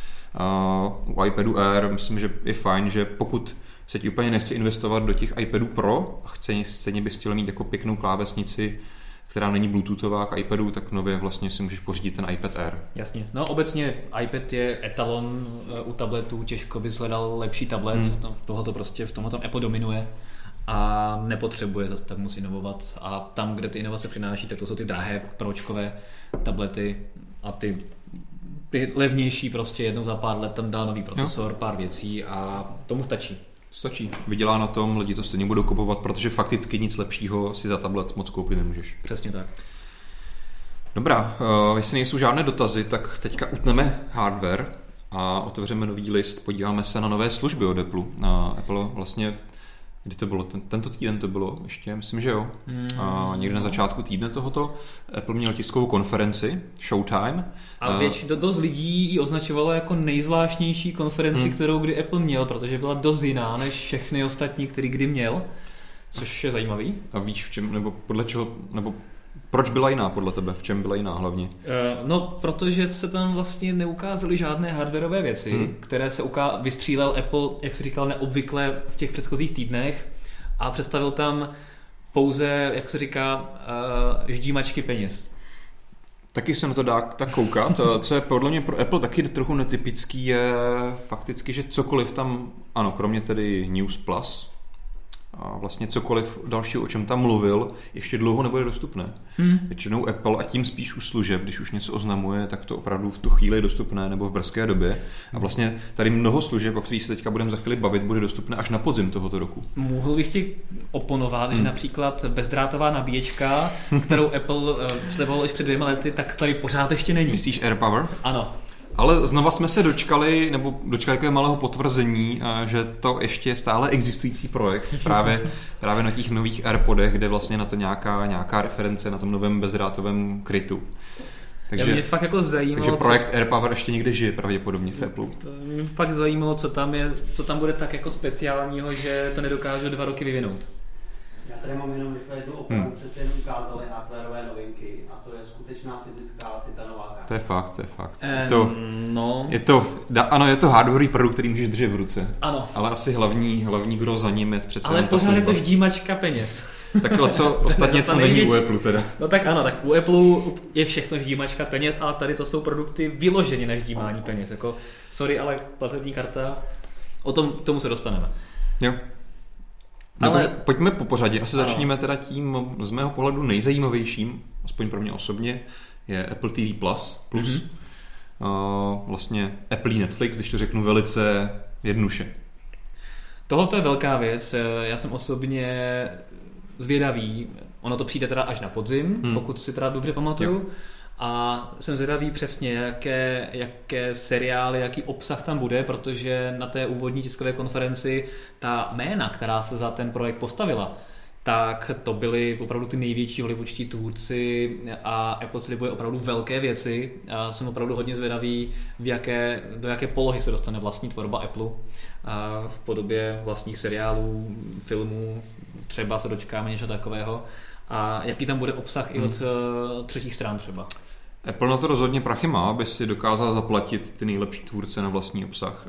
U iPadu Air myslím, že je fajn, že pokud se ti úplně nechce investovat do těch iPadů Pro a stejně bys chtěl mít jako pěknou klávesnici, která není bluetoothová k iPadu, tak nově vlastně si můžeš pořídit ten iPad Air. Jasně. No obecně iPad je etalon u tabletů, těžko bys hledal lepší tablet, tohle prostě v tomhle Apple dominuje a nepotřebuje zase tak moc inovovat. A tam, kde ty inovace přináší, tak to jsou ty drahé pročkové tablety a ty levnější prostě jednou za pár let tam dá nový procesor, pár věcí a tomu stačí. Stačí. Vydělá na tom, lidi to stejně budou kupovat, protože fakticky nic lepšího si za tablet moc koupit nemůžeš. Přesně tak. Dobrá, jestli nejsou žádné dotazy, tak teďka utneme hardware a otevřeme nový list, podíváme se na nové služby od Apple. Apple vlastně, kdy to bylo? Tento týden to bylo ještě, myslím, že jo. A někdy na začátku týdne tohoto Apple měl tiskovou konferenci, Showtime. A dost lidí ji označovalo jako nejzvláštnější konferenci, kterou kdy Apple měl, protože byla dost jiná než všechny ostatní, který kdy měl, což je zajímavý. A víš v čem, nebo podle čeho, nebo proč byla jiná podle tebe? V čem byla jiná hlavně? No, protože se tam vlastně neukázaly žádné hardwareové věci, které se vystřílel Apple, jak jsi říkal, neobvykle v těch předchozích týdnech a představil tam pouze, jak se říká, ždímačky peněz. Taky se na to dá tak koukat. Co je podle mě pro Apple taky trochu netypický, je fakticky, že cokoliv tam, ano, kromě tedy News Plus, a vlastně cokoliv dalšího, o čem tam mluvil, ještě dlouho nebude dostupné. Většinou Apple a tím spíš u služeb, když už něco oznamuje, tak to opravdu v tu chvíli je dostupné nebo v brzké době. A vlastně tady mnoho služeb, o kterých se teďka budeme za chvíli bavit, bude dostupné až na podzim tohoto roku. Mohl bych ti oponovat, že například bezdrátová nabíječka, kterou Apple sliboval už před 2 lety, tak tady pořád ještě není. Myslíš AirPower? Ano. Ale znova jsme se dočkali takové malého potvrzení, že to ještě je stále existující projekt právě na těch nových AirPodech, kde vlastně na to nějaká reference na tom novém bezdrátovém krytu. Takže mě fakt jako zajímalo, takže projekt AirPower ještě někde žije pravděpodobně v Apple. Mě fakt zajímalo, co tam bude tak jako speciálního, že to nedokážu 2 roky vyvinout. Já tady mám jenom jednu opravu, přece jen ukázali hardwareové novinky a to je skutečná fyzická titanová karta. To je fakt. Je to hardwareový produkt, který můžeš držet v ruce. Ano. Ale asi hlavní gro za ním je přece. Ale pořád je to ždímačka peněz. Takhle ostatně, co není u Apple teda. No tak ano, tak u Apple je všechno ždímačka peněz, ale tady to jsou produkty vyloženě na ždímání peněz. Jako, sorry, ale platební karta, tomu se dostaneme. Jo. Ale pojďme po pořadě. Asi začněme teda tím z mého pohledu nejzajímavějším, aspoň pro mě osobně, je Apple TV Plus. Vlastně Apple Netflix, když to řeknu velice jednoduše. Tohle je velká věc. Já jsem osobně zvědavý. Ono to přijde teda až na podzim, pokud si teda dobře pamatuju. Jo. A jsem zvědavý přesně, jaké seriály, jaký obsah tam bude, protože na té úvodní tiskové konferenci ta jména, která se za ten projekt postavila, tak to byly opravdu ty největší hollywoodští tvůrci a Apple slibuje opravdu velké věci. A jsem opravdu hodně zvědavý, do jaké polohy se dostane vlastní tvorba Apple v podobě vlastních seriálů, filmů, třeba se dočkáme něčeho takového. A jaký tam bude obsah i od třetích stran třeba. Apple na to rozhodně prachy má, aby si dokázal zaplatit ty nejlepší tvůrce na vlastní obsah.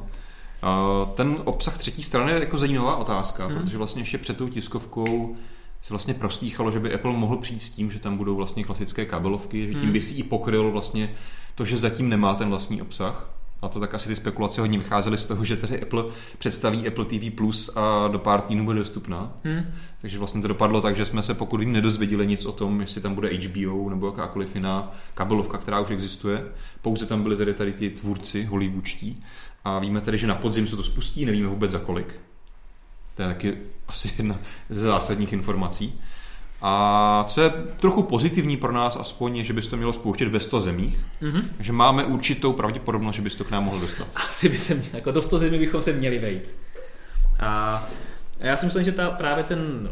Ten obsah třetí strany je jako zajímavá otázka, protože vlastně ještě před tou tiskovkou se vlastně proslýchalo, že by Apple mohl přijít s tím, že tam budou vlastně klasické kabelovky, že tím by si i pokryl vlastně to, že zatím nemá ten vlastní obsah. A to tak asi ty spekulace hodně vycházely z toho, že tady Apple představí Apple TV Plus a do pár týdnů bude dostupná. Takže vlastně to dopadlo tak, že jsme se pokud vím nedozvěděli nic o tom, jestli tam bude HBO nebo jakákoliv jiná kabelovka, která už existuje. Pouze tam byli tady ti tvůrci hollywoodští. A víme tedy, že na podzim se to spustí, nevíme vůbec za kolik. To je taky asi jedna ze zásadních informací. A co je trochu pozitivní pro nás aspoň je, že by se to mělo spouštět ve 100 zemích. Takže máme určitou pravděpodobnost, že by se to k nám mohlo dostat. Asi by se měl, jako do 100 zemí bychom se měli vejít. A já si myslím, že právě ten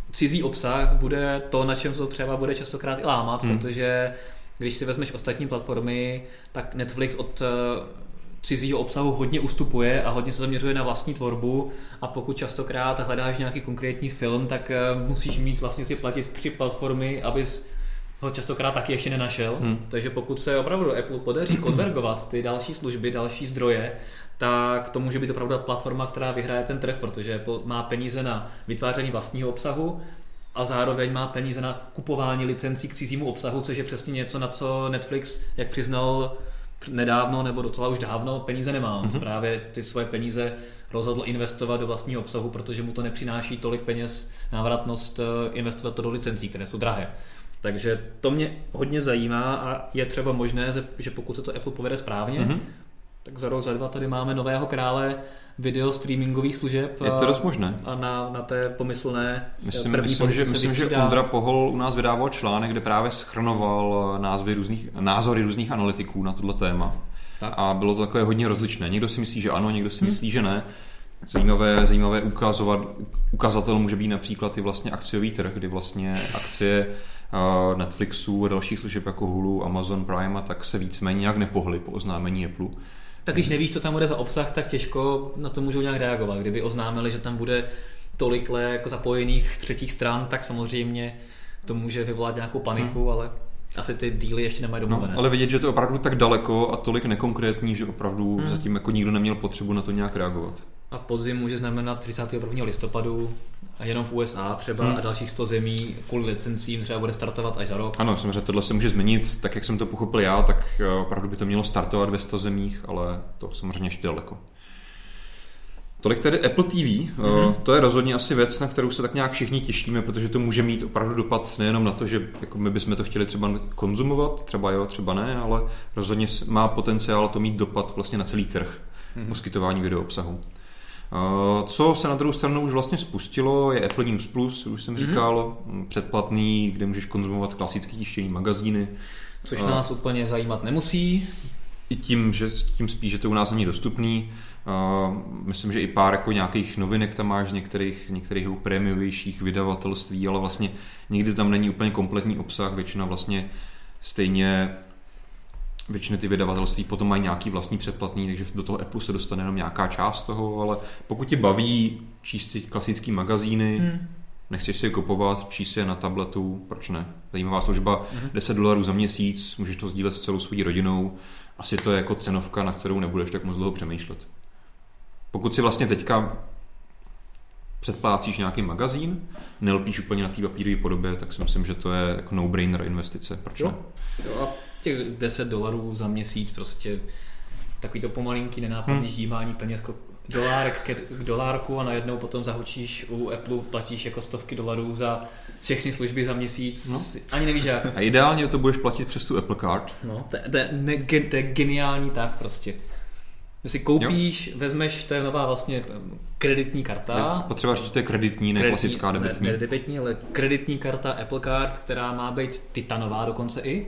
cizí obsah bude to, na čem se třeba bude častokrát i lámat, protože když si vezmeš ostatní platformy, tak Netflix od cizího obsahu hodně ustupuje a hodně se zaměřuje na vlastní tvorbu a pokud častokrát hledáš nějaký konkrétní film, tak musíš mít vlastně si platit 3 platformy, abys ho častokrát taky ještě nenašel. Takže pokud se opravdu Apple podaří konvergovat ty další služby, další zdroje, tak to může být opravdu platforma, která vyhraje ten trh, protože Apple má peníze na vytváření vlastního obsahu a zároveň má peníze na kupování licencí k cizímu obsahu, což je přesně něco, na co Netflix, jak přiznal nedávno nebo docela už dávno, peníze nemá. On právě ty svoje peníze rozhodl investovat do vlastního obsahu, protože mu to nepřináší tolik peněz, návratnost investovat to do licencí, které jsou drahé. Takže to mě hodně zajímá a je třeba možné, že pokud se to Apple povede správně, tak za rok, za 2 tady máme nového krále video streamingových služeb. Je to dost možné. A na té pomyslné Myslím, že Ondra Pohol u nás vydával článek, kde právě shrnoval názory různých analytiků na tohle téma. Tak. A bylo to takové hodně rozličné. Někdo si myslí, že ano, někdo si myslí, že ne. Zajímavé ukazatel může být například i vlastně akciový trh, kdy vlastně akcie Netflixu a dalších služeb jako Hulu, Amazon Prime a tak se víceméně nějak nepohly po oznámení Apple. Tak když nevíš, co tam bude za obsah, tak těžko na to můžou nějak reagovat. Kdyby oznámili, že tam bude tolik jako zapojených třetích stran, tak samozřejmě to může vyvolat nějakou paniku, ale asi ty díly ještě nemají domluvené. Ale vidět, že to je opravdu tak daleko a tolik nekonkrétní, že opravdu zatím jako nikdo neměl potřebu na to nějak reagovat. A podzim může znamenat 31. listopadu a jenom v USA třeba a dalších 100 zemí kvůli licencím třeba bude startovat až za rok. Ano, samozřejmě tohle se může změnit, tak jak jsem to pochopil já, tak opravdu by to mělo startovat ve 100 zemích, ale to samozřejmě ještě daleko. Tolik tedy Apple TV, to je rozhodně asi věc, na kterou se tak nějak všichni těšíme, protože to může mít opravdu dopad nejenom na to, že jako my bychom to chtěli třeba konzumovat, třeba jo, třeba ne, ale rozhodně má potenciál to mít dopad vlastně na celý trh poskytování videoobsahu. Co se na druhou stranu už vlastně spustilo, je Apple News Plus, už jsem říkal, předplatný, kde můžeš konzumovat klasické tištěný magazíny. Což nás úplně zajímat nemusí. I tím spíš, že to u nás není dostupný. Myslím, že i pár jako nějakých novinek tam máš, některých prémiovějších vydavatelství, ale vlastně nikdy tam není úplně kompletní obsah, většina ty vydavatelství potom mají nějaký vlastní předplatný, takže do toho Apple se dostane jenom nějaká část toho, ale pokud tě baví číst si klasický magazíny, nechceš si je kupovat, číst si je na tabletu, proč ne? Zajímavá služba, $10 za měsíc, můžeš to sdílet s celou svou rodinou, asi to je jako cenovka, na kterou nebudeš tak moc dlouho přemýšlet. Pokud si vlastně teďka předplácíš nějaký magazín, nelpíš úplně na té papírové podobě, tak si myslím, že to je jako no-brainer investice, proč ne? Jo, a těch $10 za měsíc prostě takový to pomalinký nenápadný ždímání peněz k dolárku a najednou potom zahučíš u Apple, platíš jako $100 za všechny služby za měsíc, ani nevíš jak. A ideálně to budeš platit přes tu Apple Card. No, to je geniální tak prostě. Když si koupíš, vezmeš, to je nová vlastně kreditní karta. Potřeba říct, že to je kreditní, ne klasická debetní. Ne debetní, ale kreditní karta Apple Card, která má být titanová dokonce i.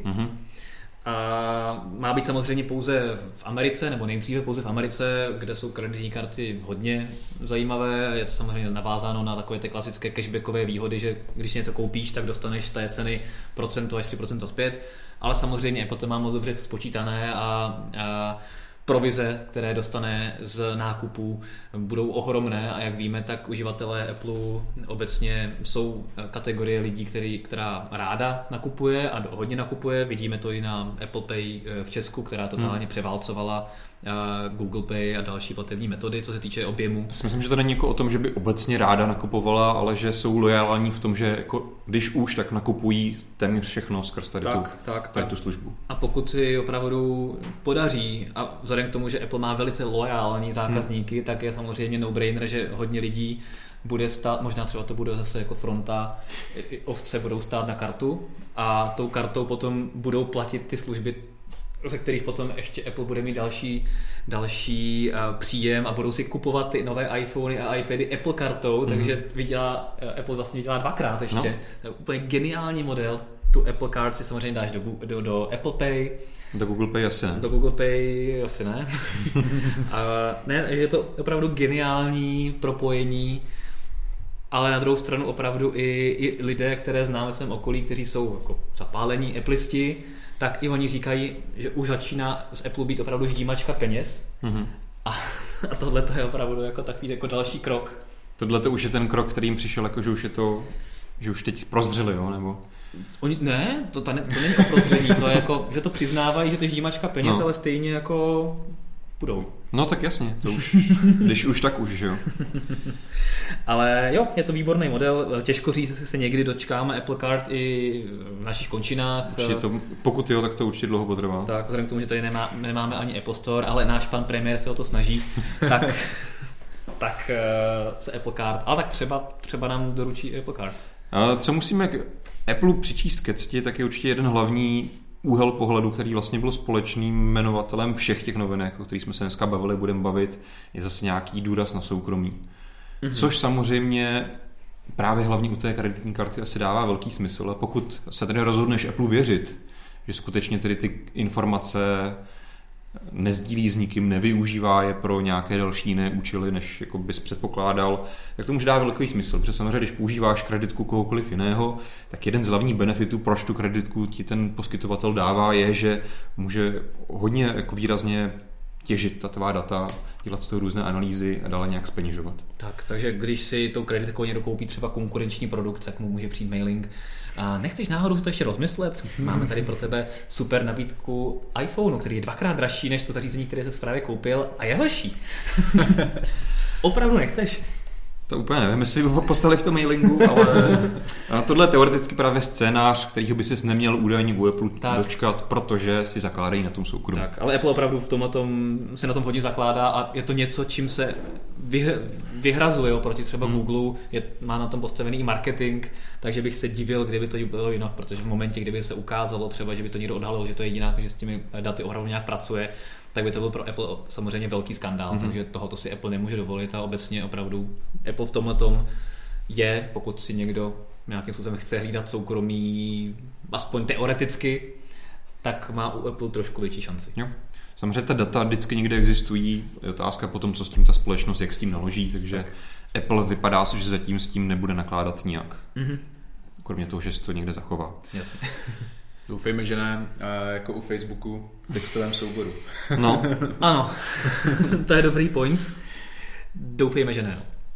A má být samozřejmě pouze v Americe, nebo nejdříve pouze v Americe, kde jsou kreditní karty hodně zajímavé. Je to samozřejmě navázáno na takové ty klasické cashbackové výhody, že když něco koupíš, tak dostaneš z té ceny procento až 3% zpět. Ale samozřejmě Apple to má moc dobře spočítané a provize, které dostane z nákupů, budou ohromné a jak víme, tak uživatelé Apple obecně jsou kategorie lidí, která ráda nakupuje a hodně nakupuje. Vidíme to i na Apple Pay v Česku, která totálně převálcovala Google Pay a další platební metody, co se týče objemu. Já si myslím, že to není jako o tom, že by obecně ráda nakupovala, ale že jsou loajální v tom, že jako, když už, tak nakupují téměř všechno skrz tady tu službu. A pokud si opravdu podaří, a vzhledem k tomu, že Apple má velice loajální zákazníky, tak je samozřejmě no-brainer, že hodně lidí bude stát, možná třeba to bude zase jako fronta, ovce budou stát na kartu a tou kartou potom budou platit ty služby, ze kterých potom ještě Apple bude mít další příjem a budou si kupovat ty nové iPhony a iPady Apple kartou, takže Apple vlastně vydělá dvakrát ještě. No. To je úplně geniální model. Tu Apple Card si samozřejmě dáš do Apple Pay. Do Google Pay asi ne. Do Google Pay asi ne. A ne, je to opravdu geniální propojení. ale na druhou stranu opravdu i lidé, které známe ve svém okolí, kteří jsou jako zapálení Appleisti, tak i oni říkají, že už začíná z Apple být opravdu ždímačka peněz. A tohle to je opravdu jako takový jako další krok. Tohle to už je ten krok, který jim přišel, jako že už je to, že už teď prozřeli, jo, nebo? Ne, to není o prozření, to je jako, že to přiznávají, že to je ždímačka peněz, ale stejně jako budou. No tak jasně, to už, když už tak už, že jo. Ale jo, je to výborný model, těžko říct, jestli se někdy dočkáme Apple Card i v našich končinách. Určitě to, pokud jo, tak to určitě dlouho potrvá. Tak, vzhledem k tomu, že tady nemáme ani Apple Store, ale náš pan premiér se o to snaží, tak se Apple Card, ale tak třeba nám doručí Apple Card. Co musíme k Apple přičíst ke cti, tak je určitě jeden hlavní úhel pohledu, který vlastně byl společným jmenovatelem všech těch novinek, o kterých jsme se dneska bavili, budeme bavit, je zase nějaký důraz na soukromí. Což samozřejmě právě hlavně u té kreditní karty asi dává velký smysl. A pokud se tedy rozhodneš Apple věřit, že skutečně tedy ty informace nezdílí s nikým, nevyužívá je pro nějaké další jiné účely, než jako bys předpokládal, tak to může dát velký smysl, protože samozřejmě, když používáš kreditku kohokoliv jiného, tak jeden z hlavních benefitů, proč tu kreditku ti ten poskytovatel dává, je, že může hodně jako výrazně těžit ta tvá data, dělat z toho různé analýzy a dále nějak zpeněžovat. Takže když si tou kreditkou někdo koupí třeba konkurenční produkt, tak mu může přijít mailing. A nechceš náhodou si to ještě rozmyslet? Máme tady pro tebe super nabídku iPhoneu, který je 2x dražší než to zařízení, které jsi právě koupil a je horší. Opravdu nechceš? To úplně nevím, jestli by ho poslali v tom mailingu, ale tohle je teoreticky právě scénář, kterýho by ses neměl údajně u Apple dočkat, protože si zakládají na tom soukromí. Tak, ale Apple opravdu se na tom hodně zakládá a je to něco, čím se vyhrazuje oproti třeba Google, má na tom postavený i marketing, takže bych se divil, kdyby to bylo jinak, protože v momentě, kdyby se ukázalo třeba, že by to někdo odhalil, že to je jinak, že s těmi daty opravdu nějak pracuje, tak by to byl pro Apple samozřejmě velký skandál, takže tohoto si Apple nemůže dovolit a obecně opravdu Apple v tomhletom je, pokud si někdo nějakým způsobem chce hlídat soukromí, aspoň teoreticky, tak má u Apple trošku větší šanci. Jo. Samozřejmě ta data vždycky někde existují, je otázka potom, co s tím ta společnost, jak s tím naloží, takže Apple vypadá se, že zatím s tím nebude nakládat nijak. Kromě toho, že se to někde zachová. Jasně. Doufejme, že ne, jako u Facebooku v textovém souboru. No. Ano, to je dobrý point. Doufejme, že ne.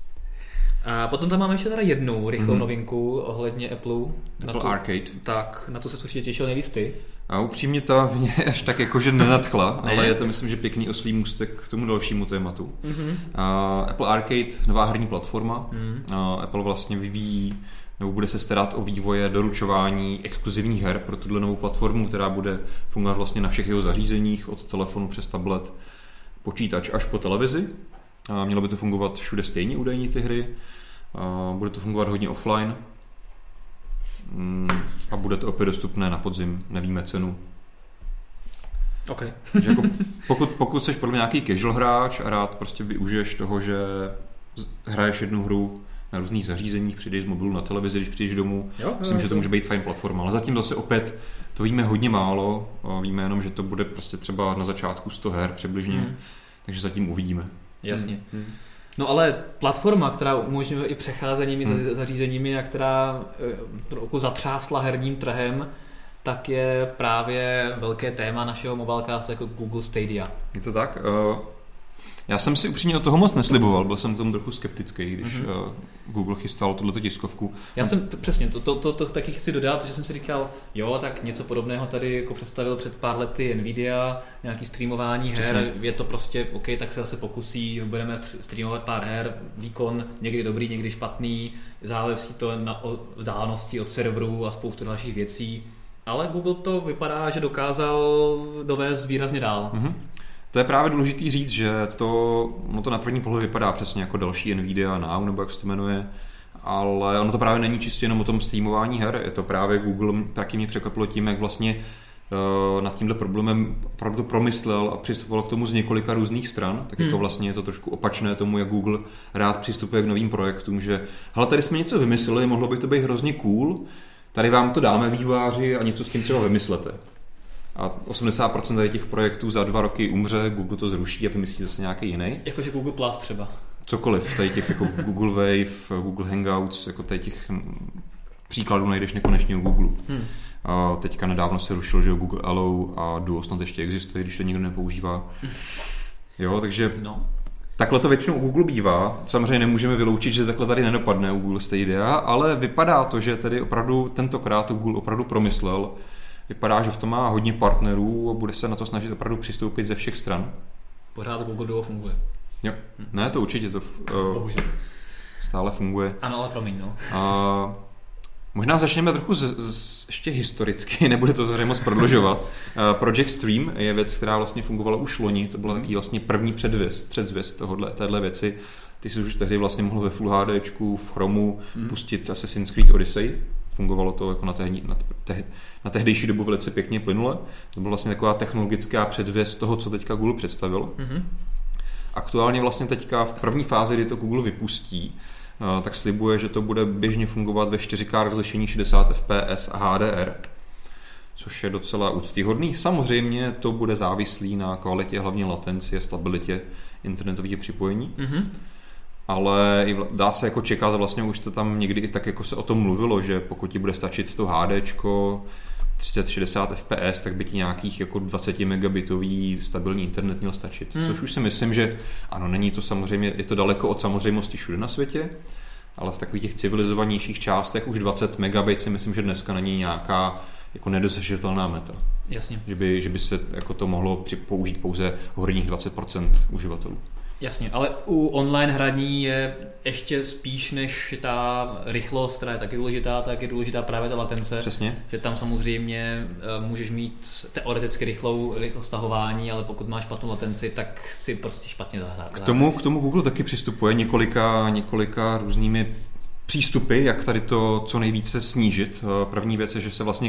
A potom tam máme ještě teda jednu rychlou novinku ohledně Apple Arcade. Tak, na to se určitě těšil nejvíc ty. A upřímně ta mě až tak jakože nenadchla, ale je to myslím, že pěkný oslý můstek k tomu dalšímu tématu. Apple Arcade, nová herní platforma. Apple vlastně vyvíjí nebo bude se starat o vývoje doručování exkluzivních her pro tuhle novou platformu, která bude fungovat vlastně na všech jeho zařízeních, od telefonu přes tablet, počítač až po televizi. Mělo by to fungovat všude stejně údajně ty hry. Bude to fungovat hodně offline. A bude to opět dostupné na podzim, nevíme cenu. Okay. Jako pokud jsi podle mě nějaký casual hráč a rád prostě využiješ toho, že hraješ jednu hru na různých zařízeních, přijdeš z mobilu na televizi, když přijdeš domů. Myslím, že to může být fajn platforma, ale zatím zase opět to víme hodně málo. Víme jenom, že to bude prostě třeba na začátku 100 her přibližně, takže zatím uvidíme. Jasně. No ale platforma, která umožňuje i přecházení mezi zařízeními a která trochu zatřásla herním trhem, tak je právě velké téma našeho mobilecastu jako Google Stadia. Je to tak? Já jsem si upřímně od toho moc nesliboval, byl jsem k tomu trochu skeptický, když Google chystal tuto tiskovku. Já jsem přesně, to taky chci dodat, že jsem si říkal, jo, tak něco podobného tady jako představil před pár lety Nvidia, nějaký streamování her, přesně. Je to prostě, OK, tak se zase pokusí, budeme streamovat pár her, výkon někdy dobrý, někdy špatný, záleží to na vzdálenosti od serverů a spoustu dalších věcí, ale Google to vypadá, že dokázal dovést výrazně dál. To je právě důležitý říct, že to na první pohled vypadá přesně jako další Nvidia Now, nebo jak se to jmenuje, ale ono to právě není čistě jenom o tom streamování her, je to právě Google, taky mě překvapilo tím, jak vlastně nad tímhle problémem opravdu promyslel a přistupoval k tomu z několika různých stran, tak jako vlastně je to trošku opačné tomu, jak Google rád přistupuje k novým projektům, že hele, tady jsme něco vymysleli, mohlo by to být hrozně cool, tady vám to dáme vývojáři a něco s tím třeba vymyslete. A 80% těch projektů za 2 roky umře, Google to zruší a vymyslí zase nějaký jiný. Jakože Google Plus třeba. cokoliv, tady těch jako Google Wave, Google Hangouts, jako tady těch příkladů najdeš nekonečně u Google. A teďka nedávno se rušil, že Google Allo a Duo snad ještě existuje, když to nikdo nepoužívá. Jo, takže takhle to většinou u Google bývá. Samozřejmě nemůžeme vyloučit, že takhle tady nedopadne u Google Stadia, ale vypadá to, že tedy opravdu tentokrát Google opravdu promyslel. Vypadá, že v tom má hodně partnerů a bude se na to snažit opravdu přistoupit ze všech stran. Pořád Google Duo funguje. Jo, ne, to určitě to stále funguje. Ano, ale promiň, no. Možná začneme trochu ještě historicky, nebude to zřejmě moc prodlužovat. Project Stream je věc, která vlastně fungovala už loni, to byla taky vlastně první předzvěst téhle věci. Ty jsi už tehdy vlastně mohl ve Full HDčku v Chromu pustit Assassin's Creed Odyssey. Fungovalo to jako na tehdejší dobu velice pěkně plynule. To byla vlastně taková technologická předvěst toho, co teďka Google představil. Aktuálně vlastně teďka v první fázi, kdy to Google vypustí, tak slibuje, že to bude běžně fungovat ve 4K rozlišení 60 fps a HDR, což je docela úctyhodný. Samozřejmě to bude závislý na kvalitě, hlavně latenci a stabilitě internetových připojení. Ale dá se jako čekat, a vlastně už to tam někdy i tak jako se o tom mluvilo, že pokud ti bude stačit to HDčko 30-60 fps, tak by ti nějakých jako 20 megabitový stabilní internet měl stačit. Což už si myslím, že ano, není to samozřejmě, je to daleko od samozřejmosti všude na světě, ale v takových těch civilizovanějších částech už 20 megabit si myslím, že dneska není nějaká jako nedosažitelná meta. Jasně. Že by se jako to mohlo použít pouze horních 20% uživatelů. Jasně, ale u online hraní je ještě spíš než ta rychlost, která je taky důležitá, tak je důležitá právě ta latence. Přesně. Že tam samozřejmě můžeš mít teoreticky rychlost stahování, ale pokud máš špatnou latenci, tak si prostě špatně zahrál. K tomu Google taky přistupuje několika různými přístupy, jak tady to co nejvíce snížit. První věc je, že se vlastně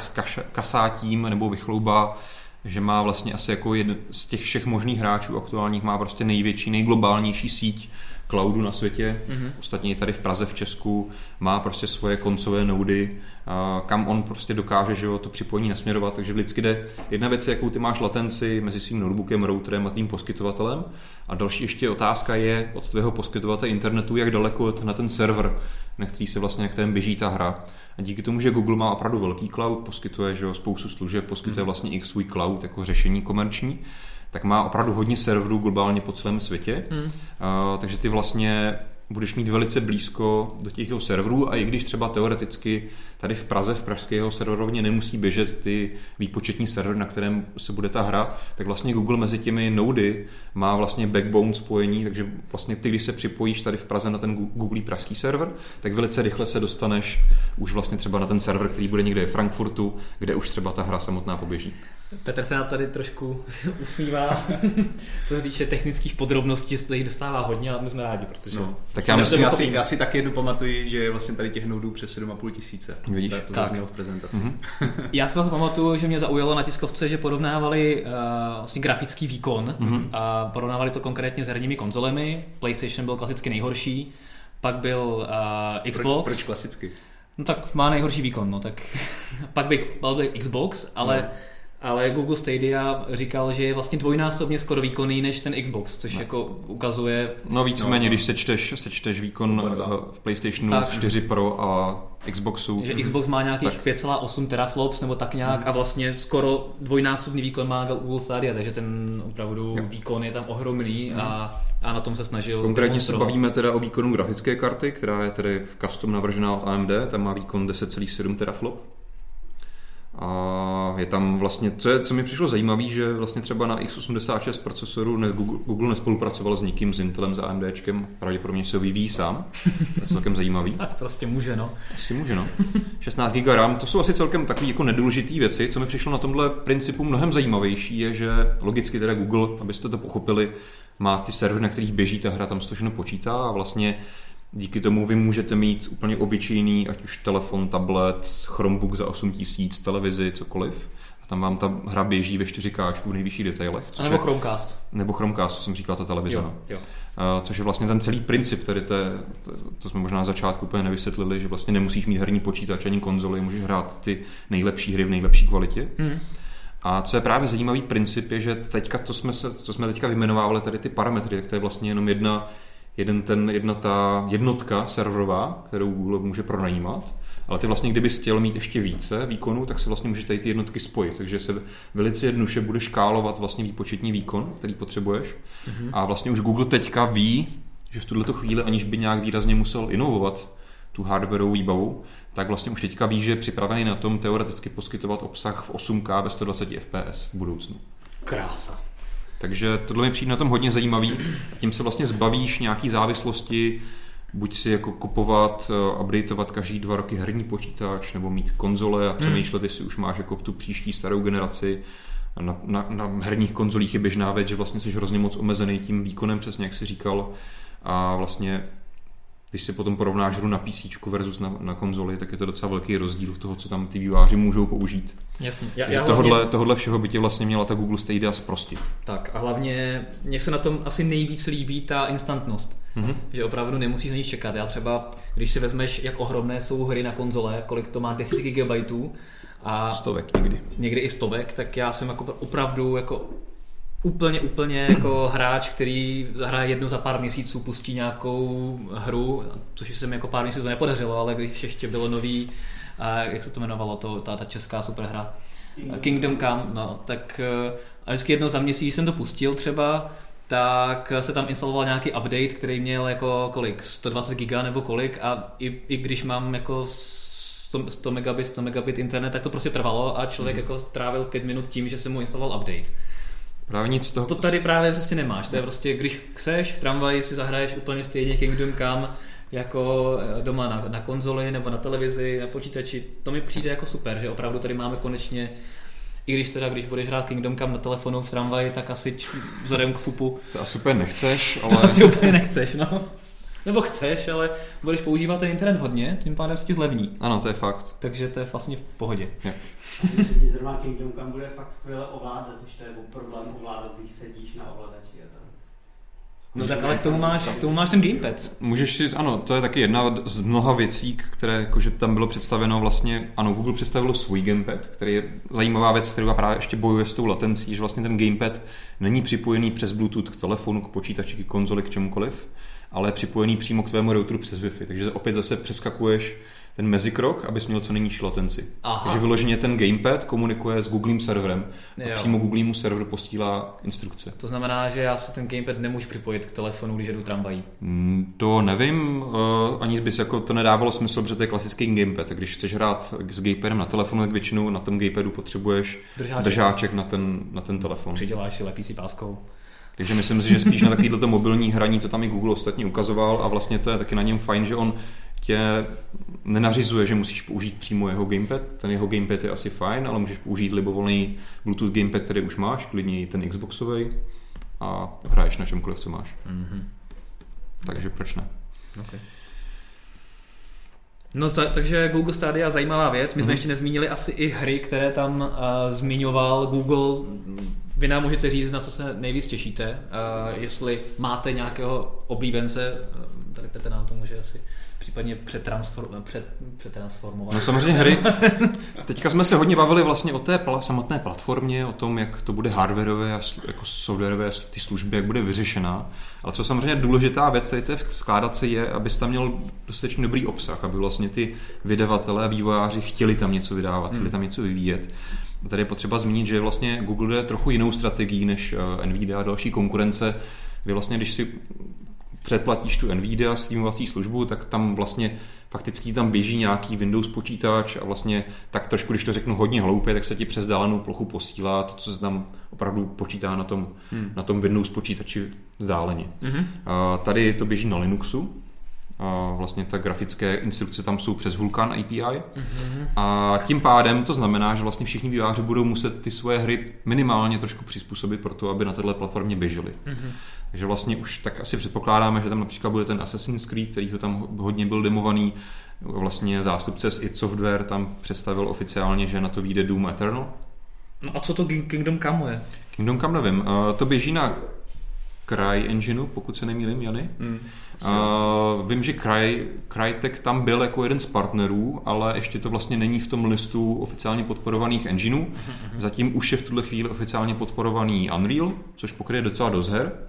kasátím nebo vychloubá, že má vlastně asi jako jeden z těch všech možných hráčů aktuálních má prostě největší, nejglobálnější síť cloudu na světě. Ostatně i tady v Praze, v Česku má prostě svoje koncové noudy, kam on prostě dokáže, že jo, to připojení nasměrovat, takže vždycky jde. Jedna věc je, jakou ty máš latenci mezi svým notebookem, routerem a tvým poskytovatelem, a další ještě otázka je od tvého poskytovatele internetu, jak daleko je na ten server, na kterém běží ta hra. A díky tomu, že Google má opravdu velký cloud, poskytuje, že jo, spoustu služeb, poskytuje vlastně i svůj cloud jako řešení komerční, tak má opravdu hodně serverů globálně po celém světě, takže ty vlastně budeš mít velice blízko do těch jeho serverů, a i když třeba teoreticky tady v Praze, v pražského serverovně nemusí běžet ty výpočetní server, na kterém se bude ta hra, tak vlastně Google mezi těmi nody má vlastně backbone spojení, takže vlastně ty, když se připojíš tady v Praze na ten Google pražský server, tak velice rychle se dostaneš už vlastně třeba na ten server, který bude někde v Frankfurtu, kde už třeba ta hra samotná poběží. Petr se nám tady trošku usmívá, co se týče technických podrobností, se tady dostává hodně, ale my jsme rádi, protože... No, tak já si taky jednu pamatuji, že vlastně tady těch nodů přes 7,5 tisíce. Vidíš? To zaznělo v prezentaci. Já si to pamatuju, že mě zaujalo na tiskovce, že porovnávali vlastně grafický výkon a porovnávali to konkrétně s herními konzolemi. PlayStation byl klasicky nejhorší, pak byl Xbox. Proč klasicky? No tak má nejhorší výkon, no tak pak byl Xbox, ale Google Stadia říkal, že je vlastně dvojnásobně skoro výkonný než ten Xbox, což jako ukazuje... No víceméně, když sečteš výkon v PlayStationu 4 Pro a Xboxu. Že Xbox má nějakých 5,8 teraflops nebo tak nějak a vlastně skoro dvojnásobný výkon má Google Stadia, takže ten opravdu výkon je tam ohromný a na tom se snažil... Konkrétně se bavíme teda o výkonu grafické karty, která je tedy custom navržená od AMD, tam má výkon 10,7 teraflop. A je tam vlastně, co mi přišlo zajímavé, že vlastně třeba na x86 procesoru Google nespolupracoval s nikým, s Intelem, s AMDčkem, pravděpodobně se ho vyvíjí sám. To je celkem zajímavý. Tak prostě může, no. Asi může, no. 16 GB RAM, to jsou asi celkem takové jako nedůležité věci. Co mi přišlo na tomhle principu mnohem zajímavější je, že logicky teda Google, abyste to pochopili, má ty servery, na kterých běží ta hra, tam se to všechno počítá a vlastně díky tomu vy můžete mít úplně obyčejný, ať už telefon, tablet, Chromebook za 8000, televizi, cokoliv. A tam vám ta hra běží ve 4K v nejvyšších detailech. Nebo Chromecast. Nebo Chromecast, co jsem říkal, ta televize. Jo. Což je vlastně ten celý princip, to jsme možná na začátku úplně nevysvětlili, že vlastně nemusíš mít herní počítač ani konzoli, můžeš hrát ty nejlepší hry v nejlepší kvalitě. A co je právě zajímavý princip je, že teďka, co jsme teďka vyjmenovávali, tady ty parametry, tak to je vlastně jenom jedna ta jednotka serverová, kterou Google může pronajímat, ale ty vlastně, kdyby chtěl mít ještě více výkonu, tak se vlastně může tady ty jednotky spojit, takže se velice jednoduše bude škálovat vlastně výpočetní výkon, který potřebuješ. A vlastně už Google teďka ví, že v tuto chvíli, aniž by nějak výrazně musel inovovat tu hardwareovou výbavu, tak vlastně už teďka ví, že je připravený na tom teoreticky poskytovat obsah v 8K ve 120 fps v budoucnu. Krása. Takže tohle mi přijde na tom hodně zajímavý. A tím se vlastně zbavíš nějaký závislosti, buď si jako kupovat, updateovat každý 2 roky herní počítač, nebo mít konzole a přemýšlet, jestli už máš jako tu příští starou generaci. Na herních konzolích je běžná věc, že vlastně jsi hrozně moc omezený tím výkonem, přesně jak jsi říkal. A vlastně, když si potom porovnáš hru na PC versus na konzoli, tak je to docela velký rozdíl v toho, co tam ty vývojáři můžou použít. Jasně. Tohle všeho by tě vlastně měla ta Google Stadia zprostit. Tak a hlavně mně se na tom asi nejvíc líbí ta instantnost. Že opravdu nemusíš na nic čekat. Já třeba, když si vezmeš, jak ohromné jsou hry na konzole, kolik to má 10 GB a stovek někdy. Někdy i stovek, tak já jsem jako opravdu jako úplně jako hráč, který zahraje jednou za pár měsíců, pustí nějakou hru, což se mi jako pár měsíců nepodařilo, ale když ještě bylo nový, jak se to jmenovalo, ta česká superhra, Kingdom Come, no, tak a vždycky jednou za měsíc jsem to pustil třeba, tak se tam instaloval nějaký update, který měl jako kolik, 120 giga nebo kolik a i když mám jako 100 megabit internet, tak to prostě trvalo a člověk jako trávil 5 minut tím, že se mu instaloval update. Právě nic z toho. To tady právě prostě nemáš. To je prostě, když chceš v tramvaji si zahraješ úplně stejně Kingdom Come jako doma na konzoli nebo na televizi, na počítači. To mi přijde jako super, že opravdu tady máme konečně, i když budeš hrát Kingdom Come na telefonu v tramvaji, tak asi vzhledem k FUPu. To asi úplně nechceš, ale... To asi úplně nechceš, no. Nebo chceš, ale budeš používat ten internet hodně, tím pádem se ti zlevní. Ano, to je fakt. Takže to je vlastně v pohodě. Je. Myslím, že ti zrovna Kingdom Come bude fakt skvěle ovládat, když to je problém ovládat, když sedíš na ovladači. No tak ale k tomu máš ten gamepad. Můžeš si, ano, to je taky jedna z mnoha věcí, které jakože tam bylo představeno vlastně, ano, Google představilo svůj gamepad, který je zajímavá věc, kterou právě ještě bojuje s tou latencí, že vlastně ten gamepad není připojený přes Bluetooth k telefonu, k počítači, k konzoli, k čemukoliv, ale je připojený přímo k tvému routeru přes Wi-Fi, takže opět zase přeskakuješ ten mezikrok, abys měl co nejnižší latenci. Aha. Takže vyloženě ten gamepad komunikuje s Googlem serverem a přímo Googlemu serveru posílá instrukce. To znamená, že já se ten gamepad nemůžu připojit k telefonu, když jedu tramvají? To nevím, ani bys jako to nedávalo smysl, protože to je klasický gamepad. Když chceš hrát s gamepadem na telefonu, tak většinou na tom gamepadu potřebuješ držáček na ten telefon. Přiděláš si lepící páskou. Takže myslím si, že spíš na takovýto mobilní hraní to tam i Google ostatně ukazoval a vlastně to je taky na něm fajn, že on tě nenařizuje, že musíš použít přímo jeho gamepad. Ten jeho gamepad je asi fajn, ale můžeš použít libovolný Bluetooth gamepad, který už máš, klidně i ten Xboxový a hraješ na čemkoliv, co máš. Takže proč ne? Okay. No takže Google Stadia zajímavá věc. My jsme ještě nezmínili asi i hry, které tam zmiňoval Google. Vy nám můžete říct, na co se nejvíc těšíte. Jestli máte nějakého oblíbence, tady Petr nám to může asi případně přetransformovat. No samozřejmě hry. Teďka jsme se hodně bavili vlastně o té samotné platformě, o tom, jak to bude hardwareové a jako softwarové ty služby, jak bude vyřešená. Ale co samozřejmě důležitá věc tady té skládace je, abys tam měl dostatečně dobrý obsah, aby vlastně ty vydavatelé a vývojáři chtěli tam něco vydávat, chtěli tam něco vyvíjet. Tady je potřeba zmínit, že vlastně Google jde trochu jinou strategií než Nvidia a další konkurence, kdy vlastně, když si předplatíš tu Nvidia streamovací službu, tak tam vlastně fakticky tam běží nějaký Windows počítač a vlastně tak trošku, když to řeknu hodně hloupě, tak se ti přes dálenou plochu posílá to, co se tam opravdu počítá na tom Windows počítači vzdáleně. Tady to běží na Linuxu. Vlastně ta grafické instrukce tam jsou přes Vulkan API a tím pádem to znamená, že vlastně všichni vývojáři budou muset ty svoje hry minimálně trošku přizpůsobit pro to, aby na této platformě běžely. Takže vlastně už tak asi předpokládáme, že tam například bude ten Assassin's Creed, který ho tam hodně byl demovaný. Vlastně zástupce z id Software tam představil oficiálně, že na to vyjde Doom Eternal. No a co to Kingdom Come je? Kingdom Come nevím. To běží na CryEngineu, pokud se nemýlím, Jany. Vím, že Crytek tam byl jako jeden z partnerů, ale ještě to vlastně není v tom listu oficiálně podporovaných engineů. Zatím už je v tuhle chvíli oficiálně podporovaný Unreal, což pokryje docela dost her.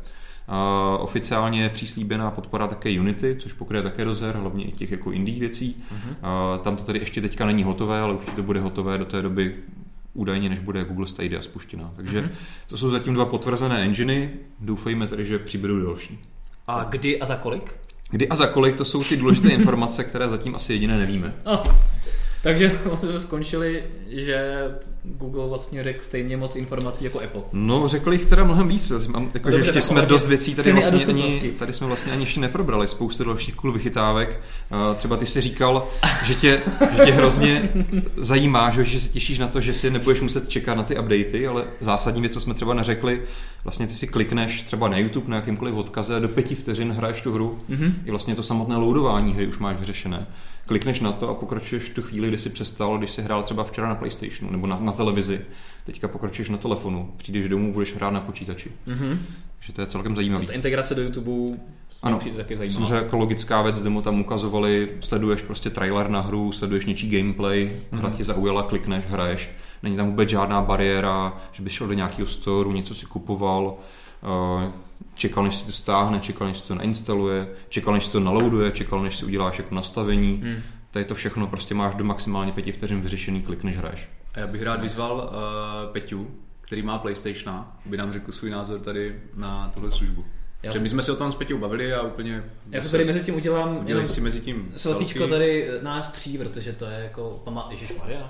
Oficiálně je příslíbená podpora také Unity, což pokryje také rozher, hlavně i těch jako indie věcí. Tam to tady ještě teďka není hotové, ale určitě to bude hotové do té doby údajně, než bude Google Stadia spuštěná. Takže to jsou zatím 2 potvrzené enginy, doufejme tedy, že přibydou další. A kdy a za kolik? Kdy a za kolik, to jsou ty důležité informace, které zatím asi jediné nevíme. Takže jsme skončili, že Google vlastně řekl stejně moc informací jako Apple. No, řekl jich teda mnohem víc. Že ještě jsme dost věcí tady jsme vlastně ani ještě neprobrali. Spoustu dalších cool vychytávek. Třeba ty si říkal, že tě hrozně zajímá, že se těšíš na to, že si nebudeš muset čekat na ty updaty, ale zásadní věc, co jsme třeba neřekli, vlastně ty si klikneš třeba na YouTube na jakýmkoliv odkaze a do 5 vteřin hraješ tu hru. I vlastně to samotné loadování hry už máš vyřešené. Klikneš na to a pokračuješ tu chvíli, kdy jsi přestal, když jsi hrál třeba včera na PlayStationu nebo na televizi. Teďka pokračuješ na telefonu, přijdeš domů, budeš hrát na počítači. Takže to je celkem zajímavé. Ta integrace do YouTube přijde taky zajímavá. Samozřejmě jako logická věc, demo tam ukazovali, sleduješ prostě trailer na hru, sleduješ něčí gameplay, hra ti zaujala, klikneš, hraješ. Není tam vůbec žádná bariéra, že bys šel do nějakého storu, něco si kupoval, čekal, než si to stáhne, čekal, než si to nainstaluje, čekal, než si to naloaduje, čekal, než si uděláš jako nastavení. Tady to všechno prostě máš do maximálně 5 vteřin vyřešený, klikneš, hraješ. A já bych rád vyzval Peťu, který má PlayStation, aby nám řekl svůj názor tady na tuhle službu. Protože my jsme se o tom s Peťou bavili a úplně... Já to tady mezi tím udělám si mezi tím selfiečko tady nás 3, protože to je jako... Ježišmarja.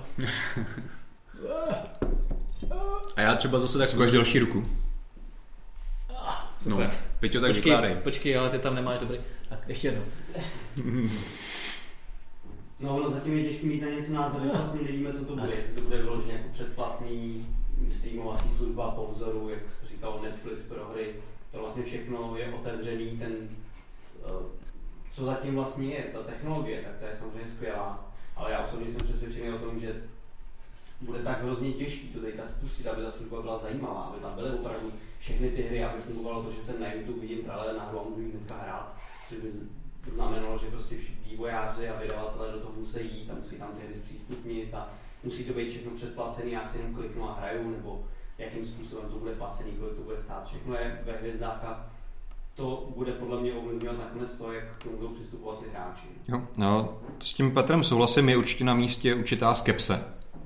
A já třeba zase tak... Zkušeš delší ruku. Super. No, Peťo, tak vykládej. Počkej, ale ty tam nemáš dobrý... Tak ještě jednou. No, zatím je těžké mít na něco názor, že vlastně nevíme, co to bude. Jestli to bude vyloženě jako předplatný streamovací služba po vzoru, jak se říkalo Netflix pro hry. To vlastně všechno je otevřený, co zatím vlastně je, ta technologie, tak to je samozřejmě skvělá. Ale já osobně jsem přesvědčený o tom, že bude tak hrozně těžký to teďka spustit, aby ta služba byla zajímavá, aby tam byly opravdu všechny ty hry, aby fungovalo to, že jsem na YouTube vidím trailer na hru a můžu jít hnedka hrát, což by znamenalo, že prostě vývojáři a vydavatelé do toho musí jít a musí tam ty hry zpřístupnit a musí to být všechno předplacený, já si jenom kliknu a hraju, nebo jakým způsobem to bude placený, kolik to bude stát, všechno je ve hvězdách a to bude podle mě ovlivňovat nakonec to, jak k tomu budou přistupovat ty hráči. Jo, no, s tím Petrem souhlasím, je určitě na místě určitá skepse.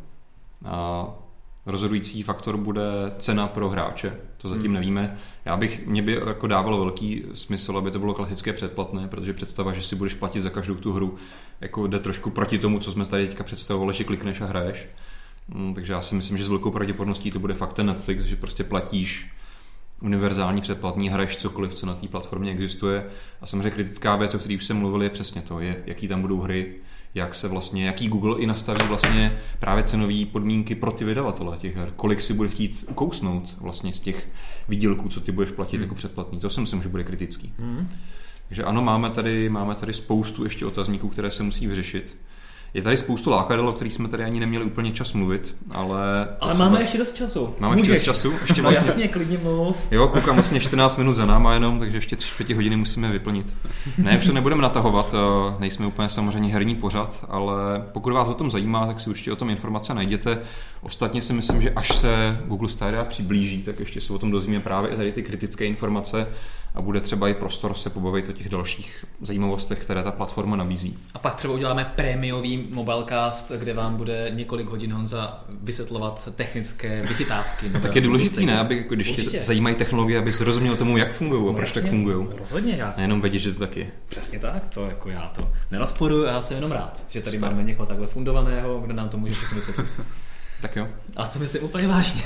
A rozhodující faktor bude cena pro hráče, to zatím nevíme. Mě by jako dávalo velký smysl, aby to bylo klasické předplatné, protože představa, že si budeš platit za každou tu hru, jako jde trošku proti tomu, co jsme tady teďka představovali, že klikneš a hraješ. Takže já si myslím, že s velkou pravděpodobností to bude fakt ten Netflix, že prostě platíš univerzální předplatný, hraješ cokoliv, co na té platformě existuje. A samozřejmě kritická věc, o které už jsem mluvil, je přesně to, jaký tam budou hry, jaký Google i nastaví vlastně právě cenové podmínky pro ty vydavatele těch her, kolik si bude chtít ukousnout vlastně z těch výdělků, co ty budeš platit jako předplatný. To si myslím, že bude kritický. Takže ano, máme tady spoustu ještě otazníků, které se musí vyřešit. Je tady spoustu lákadel, o kterých jsme tady ani neměli úplně čas mluvit, ale máme ještě dost času. Máme ještě dost času. Ještě vlastně, jasně, klidně mluv. Jo, koukám vlastně 14 minut za náma jenom, takže ještě 3/4 hodiny musíme vyplnit. Ne, už to nebudeme natahovat, nejsme úplně samozřejmě herní pořad, ale pokud vás o tom zajímá, tak si určitě o tom informace najděte. Ostatně si myslím, že až se Google Stadia přiblíží, tak ještě se o tom dozvíme právě i tady ty kritické informace a bude třeba i prostor se pobavit o těch dalších zajímavostech, které ta platforma nabízí. A pak třeba uděláme prémiový mobilecast, kde vám bude několik hodin Honza vysvětlovat technické vychytávky. Tak je důležitý, ne, aby když tě zajímají technologie, abys rozuměl tomu, jak fungují a proč tak fungují. Rozhodně, já. Nejenom vědět, že to tak je. Přesně tak, to jako já to nerozporuju, já jsem jenom rád, že tady máme někoho takhle fundovaného, kdo nám to může všechno vysvětlit. Tak jo. Ale to myslím úplně vážně.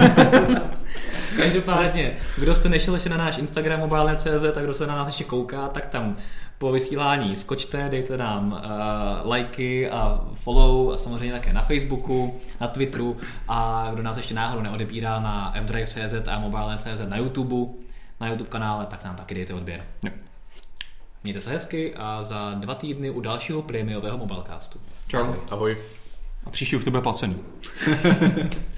Každopádně, kdo jste nešel ještě na náš Instagram mobile.cz a kdo se na nás ještě kouká, tak tam po vysílání skočte, dejte nám lajky a follow a samozřejmě také na Facebooku, na Twitteru a kdo nás ještě náhodou neodebírá na fdrive.cz a mobile.cz na YouTube kanále, tak nám taky dejte odběr. Jo. Mějte se hezky a za 2 týdny u dalšího prémiového mobilecastu. Čau. Ahoj. A příště už to bude placený.